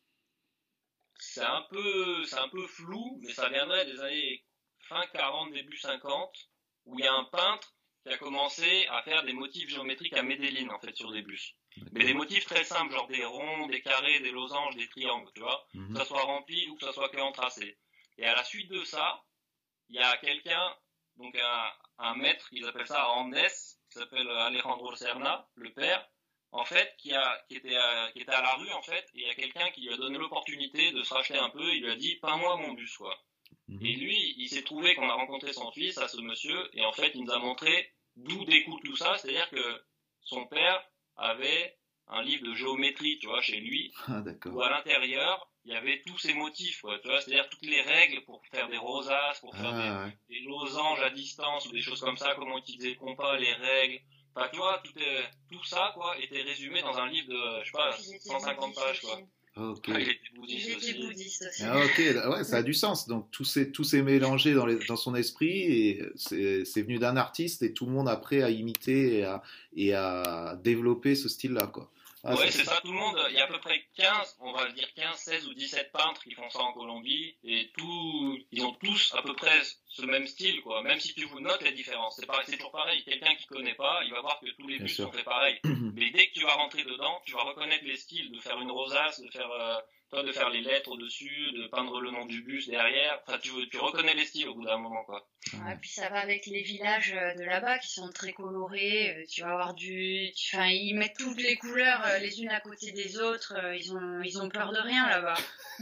c'est un peu c'est un peu flou, mais ça viendrait des années fin quarante, début cinquante, où il y a un peintre qui a commencé à faire des motifs géométriques à Medellín, en fait, sur des bus. Mais des D'accord. motifs très simples, genre des ronds, des carrés, des losanges, des triangles, tu vois, que Mhm. ça soit rempli ou que ça soit que en tracé. Et à la suite de ça, il y a quelqu'un, donc un, un maître, ils appellent ça Andes, qui s'appelle Alejandro Serna, le père, en fait, qui, a, qui, était à, qui était à la rue, en fait, et il y a quelqu'un qui lui a donné l'opportunité de se racheter un peu, il lui a dit, peins-moi mon bus, quoi. Mhm. Et lui, il s'est trouvé qu'on a rencontré son fils, à ce monsieur, et en fait, il nous a montré d'où découle tout ça, c'est-à-dire que son père avait un livre de géométrie, tu vois, chez lui, Ah, où d'accord. à l'intérieur, il y avait tous ces motifs, quoi, tu vois, c'est-à-dire toutes les règles pour faire des rosaces, pour faire des, Ah, ouais. des losanges à distance ou des choses comme ça, comment utiliser le compas, les règles. Enfin, tu vois, tout, est, tout ça, quoi, était résumé dans un livre de, je sais pas, Puis ils étaient cent cinquante bouddhistes pages, quoi. aussi. Ok. Ah, il était Ils bouddhiste étaient aussi. bouddhistes aussi. Ah, ok, ouais, ça a du sens. Donc tout s'est tout s'est mélangé dans, les- dans son esprit et c'est c'est venu d'un artiste et tout le monde après a imité et a, et a développé ce style-là, quoi. Ah, Ouais, ça, c'est c'est- ça, tout le monde. Il y a à peu près quinze, on va le dire quinze, seize ou dix-sept peintres qui font ça en Colombie, et tout, ils ont tous à peu près ce même style, quoi. Même si tu vous notes les différences, c'est pareil, c'est toujours pareil. Quelqu'un qui connaît pas, il va voir que tous les bien bus sont sûr. faits pareil. Mais dès que tu vas rentrer dedans, tu vas reconnaître les styles de faire une rosace, de faire, euh, toi, de faire les lettres au-dessus, de peindre le nom du bus derrière. Enfin, tu, tu reconnais les styles au bout d'un moment, quoi. Ouais, puis ça va avec les villages de là-bas qui sont très colorés. Tu vas avoir du, tu- enfin, ils mettent toutes les couleurs euh, les unes à côté des autres. euh, Ils ont, ils ont peur de rien là-bas.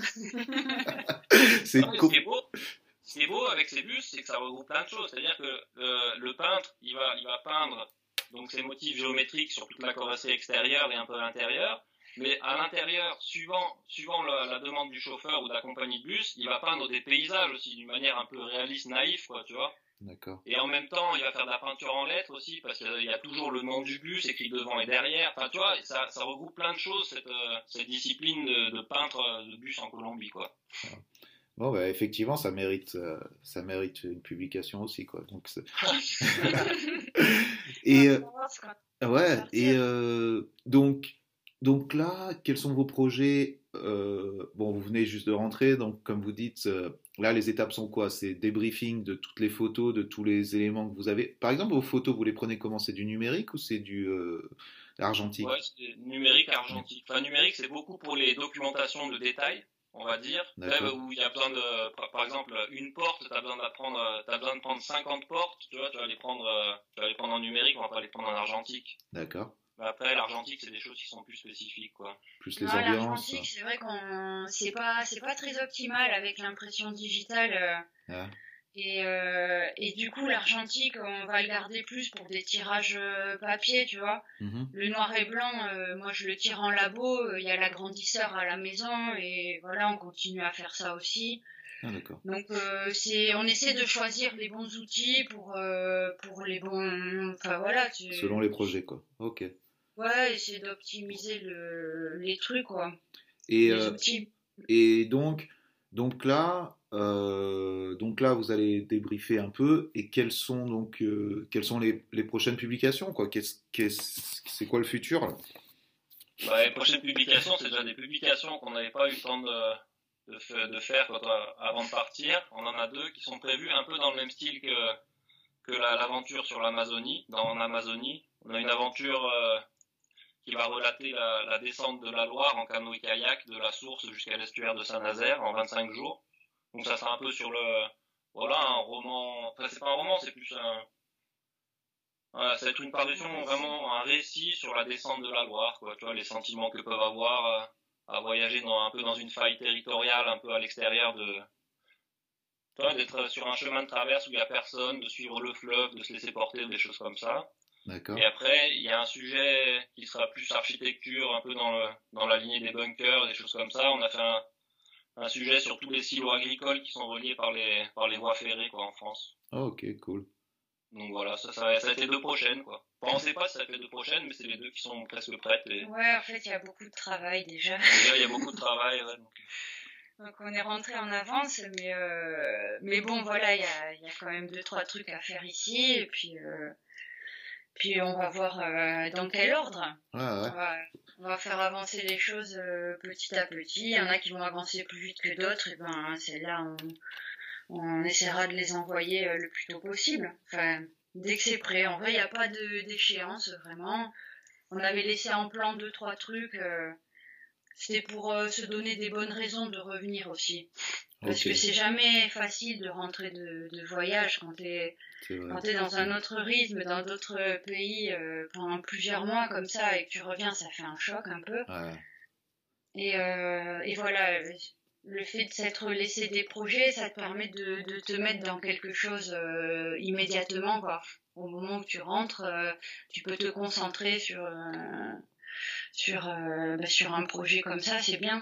C'est Non, mais co- ce qui est beau, ce qui est beau avec ces bus, c'est que ça regroupe plein de choses. C'est-à-dire que euh, le peintre, il va, il va peindre donc ses motifs géométriques sur toute la carrosserie extérieure et un peu à l'intérieur. Mais à l'intérieur, suivant, suivant la, la demande du chauffeur ou de la compagnie de bus, il va peindre des paysages aussi d'une manière un peu réaliste, naïf, quoi, tu vois. D'accord. Et en même temps, il va faire de la peinture en lettres aussi, parce qu'il y a toujours le nom du bus écrit devant et derrière. Enfin, tu vois, ça, ça regroupe plein de choses, cette, euh, cette discipline de, de peintre de bus en Colombie, quoi. Bon, bah, effectivement, ça mérite, euh, ça mérite une publication aussi, quoi. Donc, c'est- et euh, ouais, et euh, donc, donc là, quels sont vos projets? Euh, bon, vous venez juste de rentrer, donc comme vous dites, euh, là, les étapes sont quoi? C'est débriefing de toutes les photos, de tous les éléments que vous avez. Par exemple, vos photos, vous les prenez comment? C'est du numérique ou c'est du euh, argentique? Ouais, c'est numérique, argentique. Enfin, numérique, c'est beaucoup pour les documentations de détails, on va dire. Là D'accord. où il y a besoin de, par par exemple, une porte, t'as besoin d'apprendre, euh, t'as besoin de prendre cinquante portes, tu vois, tu vas les prendre, euh, tu vas les prendre en numérique, on va pas les prendre en argentique. D'accord. Mais après, l'argentique, c'est des choses qui sont plus spécifiques, quoi. Plus les Non, ambiances. l'argentique, c'est vrai qu'on, c'est pas, c'est pas très optimal avec l'impression digitale. euh, Ah, Et, euh, et du coup, l'argentique, on va le garder plus pour des tirages euh, papier, tu vois. mhm. Le noir et blanc, euh, moi je le tire en labo, euh, il y a l'agrandisseur à la maison et voilà, on continue à faire ça aussi. Ah, d'accord. Donc euh, c'est, on essaie de choisir les bons outils pour euh, pour les bons, enfin voilà, tu, Selon les projets, quoi. Ok. ouais, essayer d'optimiser le, les trucs quoi, Et, les euh, outils. et donc, donc là, euh, donc là, vous allez débriefer un peu. Et quelles sont donc, euh, quelles sont les, les prochaines publications, quoi? Qu'est-ce, qu'est-ce- c'est quoi le futur, là? Bah, les prochaines publications, c'est déjà des publications qu'on n'avait pas eu le temps de, de, fa- de faire quand, euh, avant de partir. On en a deux qui sont prévues un peu dans le même style que, que la- l'aventure sur l'Amazonie, dans en Amazonie. On a une aventure euh, qui va relater la, la descente de la Loire en canoë-kayak de la source jusqu'à l'estuaire de Saint-Nazaire en vingt-cinq jours. Donc ça sera un peu sur le, voilà, un roman, enfin c'est pas un roman, c'est plus un, voilà, ça va être une parution, vraiment un récit sur la descente de la Loire, quoi, tu vois, les sentiments que peuvent avoir euh, à voyager dans, un peu dans une faille territoriale, un peu à l'extérieur de, tu vois, d'être sur un chemin de traverse où il y a personne, de suivre le fleuve, de se laisser porter, des choses comme ça. D'accord. Et après, il y a un sujet qui sera plus architecture, un peu dans le, dans la lignée des bunkers, des choses comme ça. On a fait un, un sujet sur tous les silos agricoles qui sont reliés par les, par les voies ferrées, quoi, en France. Ah, ok, cool. Donc voilà, ça, ça, ça va être les deux prochaines, quoi. Enfin, on sait pas si ça va être les deux prochaines, mais c'est les deux qui sont presque prêtes. Et Ouais, en fait, il y a beaucoup de travail déjà. déjà, il y a beaucoup de travail, ouais, donc. Donc on est rentré en avance, mais euh, mais bon voilà, il y a, il y a quand même deux trois trucs à faire ici, et puis euh, puis on va voir euh, dans quel ordre. Ah, ouais. On va, on va faire avancer les choses euh, petit à petit. Il y en a qui vont avancer plus vite que d'autres, et ben celles-là on, on essaiera de les envoyer euh, le plus tôt possible. Enfin, dès que c'est prêt. En vrai, il n'y a pas de d'échéance vraiment. On avait laissé en plan deux trois trucs. Euh, C'était pour euh, se donner des bonnes raisons de revenir aussi. Parce Ok, que c'est jamais facile de rentrer de, de voyage quand t'es c'est vrai. quand t'es dans un autre rythme, dans d'autres pays euh, pendant plusieurs mois comme ça et que tu reviens, ça fait un choc un peu. Ouais. Et, euh, et voilà, le fait de s'être laissé des projets, ça te permet de, de te mettre dans quelque chose euh, immédiatement, quoi. Au moment où tu rentres, euh, tu peux te concentrer sur euh, sur euh, bah, sur un projet comme ça, c'est bien.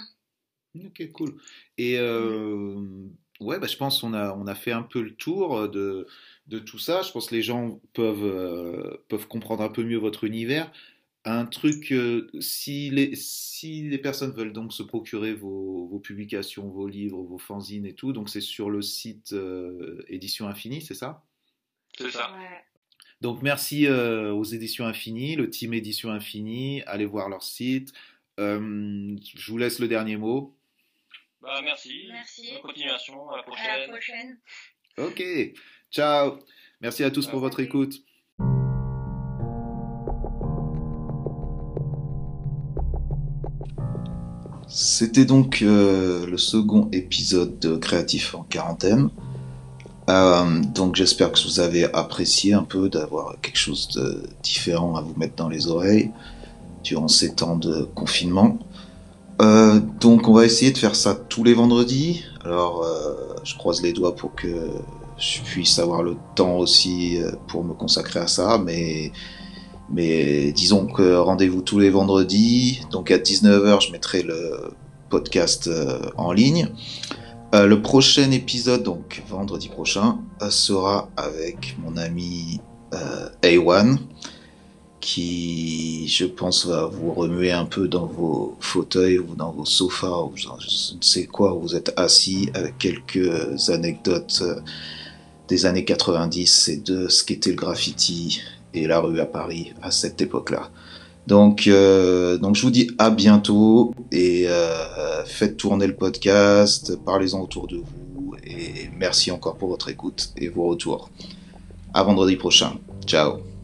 Ok, cool. Et euh, ouais, bah, je pense qu'on a, on a fait un peu le tour de, de tout ça. Je pense que les gens peuvent, euh, peuvent comprendre un peu mieux votre univers. Un truc, euh, si les, si les personnes veulent donc se procurer vos, vos publications, vos livres, vos fanzines et tout, donc c'est sur le site euh, Édition Infinie, c'est ça? C'est ça. Ouais. Donc merci euh, aux Éditions Infinies, le team Édition Infinie, allez voir leur site. Euh, je vous laisse le dernier mot. Bah, merci. Merci. Bonne continuation. À la À la prochaine. prochaine. Ok, ciao. Merci à tous pour votre Salut. écoute. C'était donc euh, le second épisode de Créatif en quarantaine. Euh, donc j'espère que vous avez apprécié un peu d'avoir quelque chose de différent à vous mettre dans les oreilles durant ces temps de confinement. Euh, donc on va essayer de faire ça tous les vendredis. Alors euh, je croise les doigts pour que je puisse avoir le temps aussi euh, pour me consacrer à ça, mais, mais disons que rendez-vous tous les vendredis. Donc à dix-neuf heures je mettrai le podcast euh, en ligne. Euh, le prochain épisode, donc vendredi prochain, euh, sera avec mon ami euh, A un, qui, je pense, va vous remuer un peu dans vos fauteuils ou dans vos sofas ou je ne sais quoi, où vous êtes assis avec quelques anecdotes euh, des années quatre-vingt-dix et de ce qu'était le graffiti et la rue à Paris à cette époque-là. Donc, euh, donc je vous dis à bientôt et euh, faites tourner le podcast, parlez-en autour de vous et merci encore pour votre écoute et vos retours. À vendredi prochain. Ciao.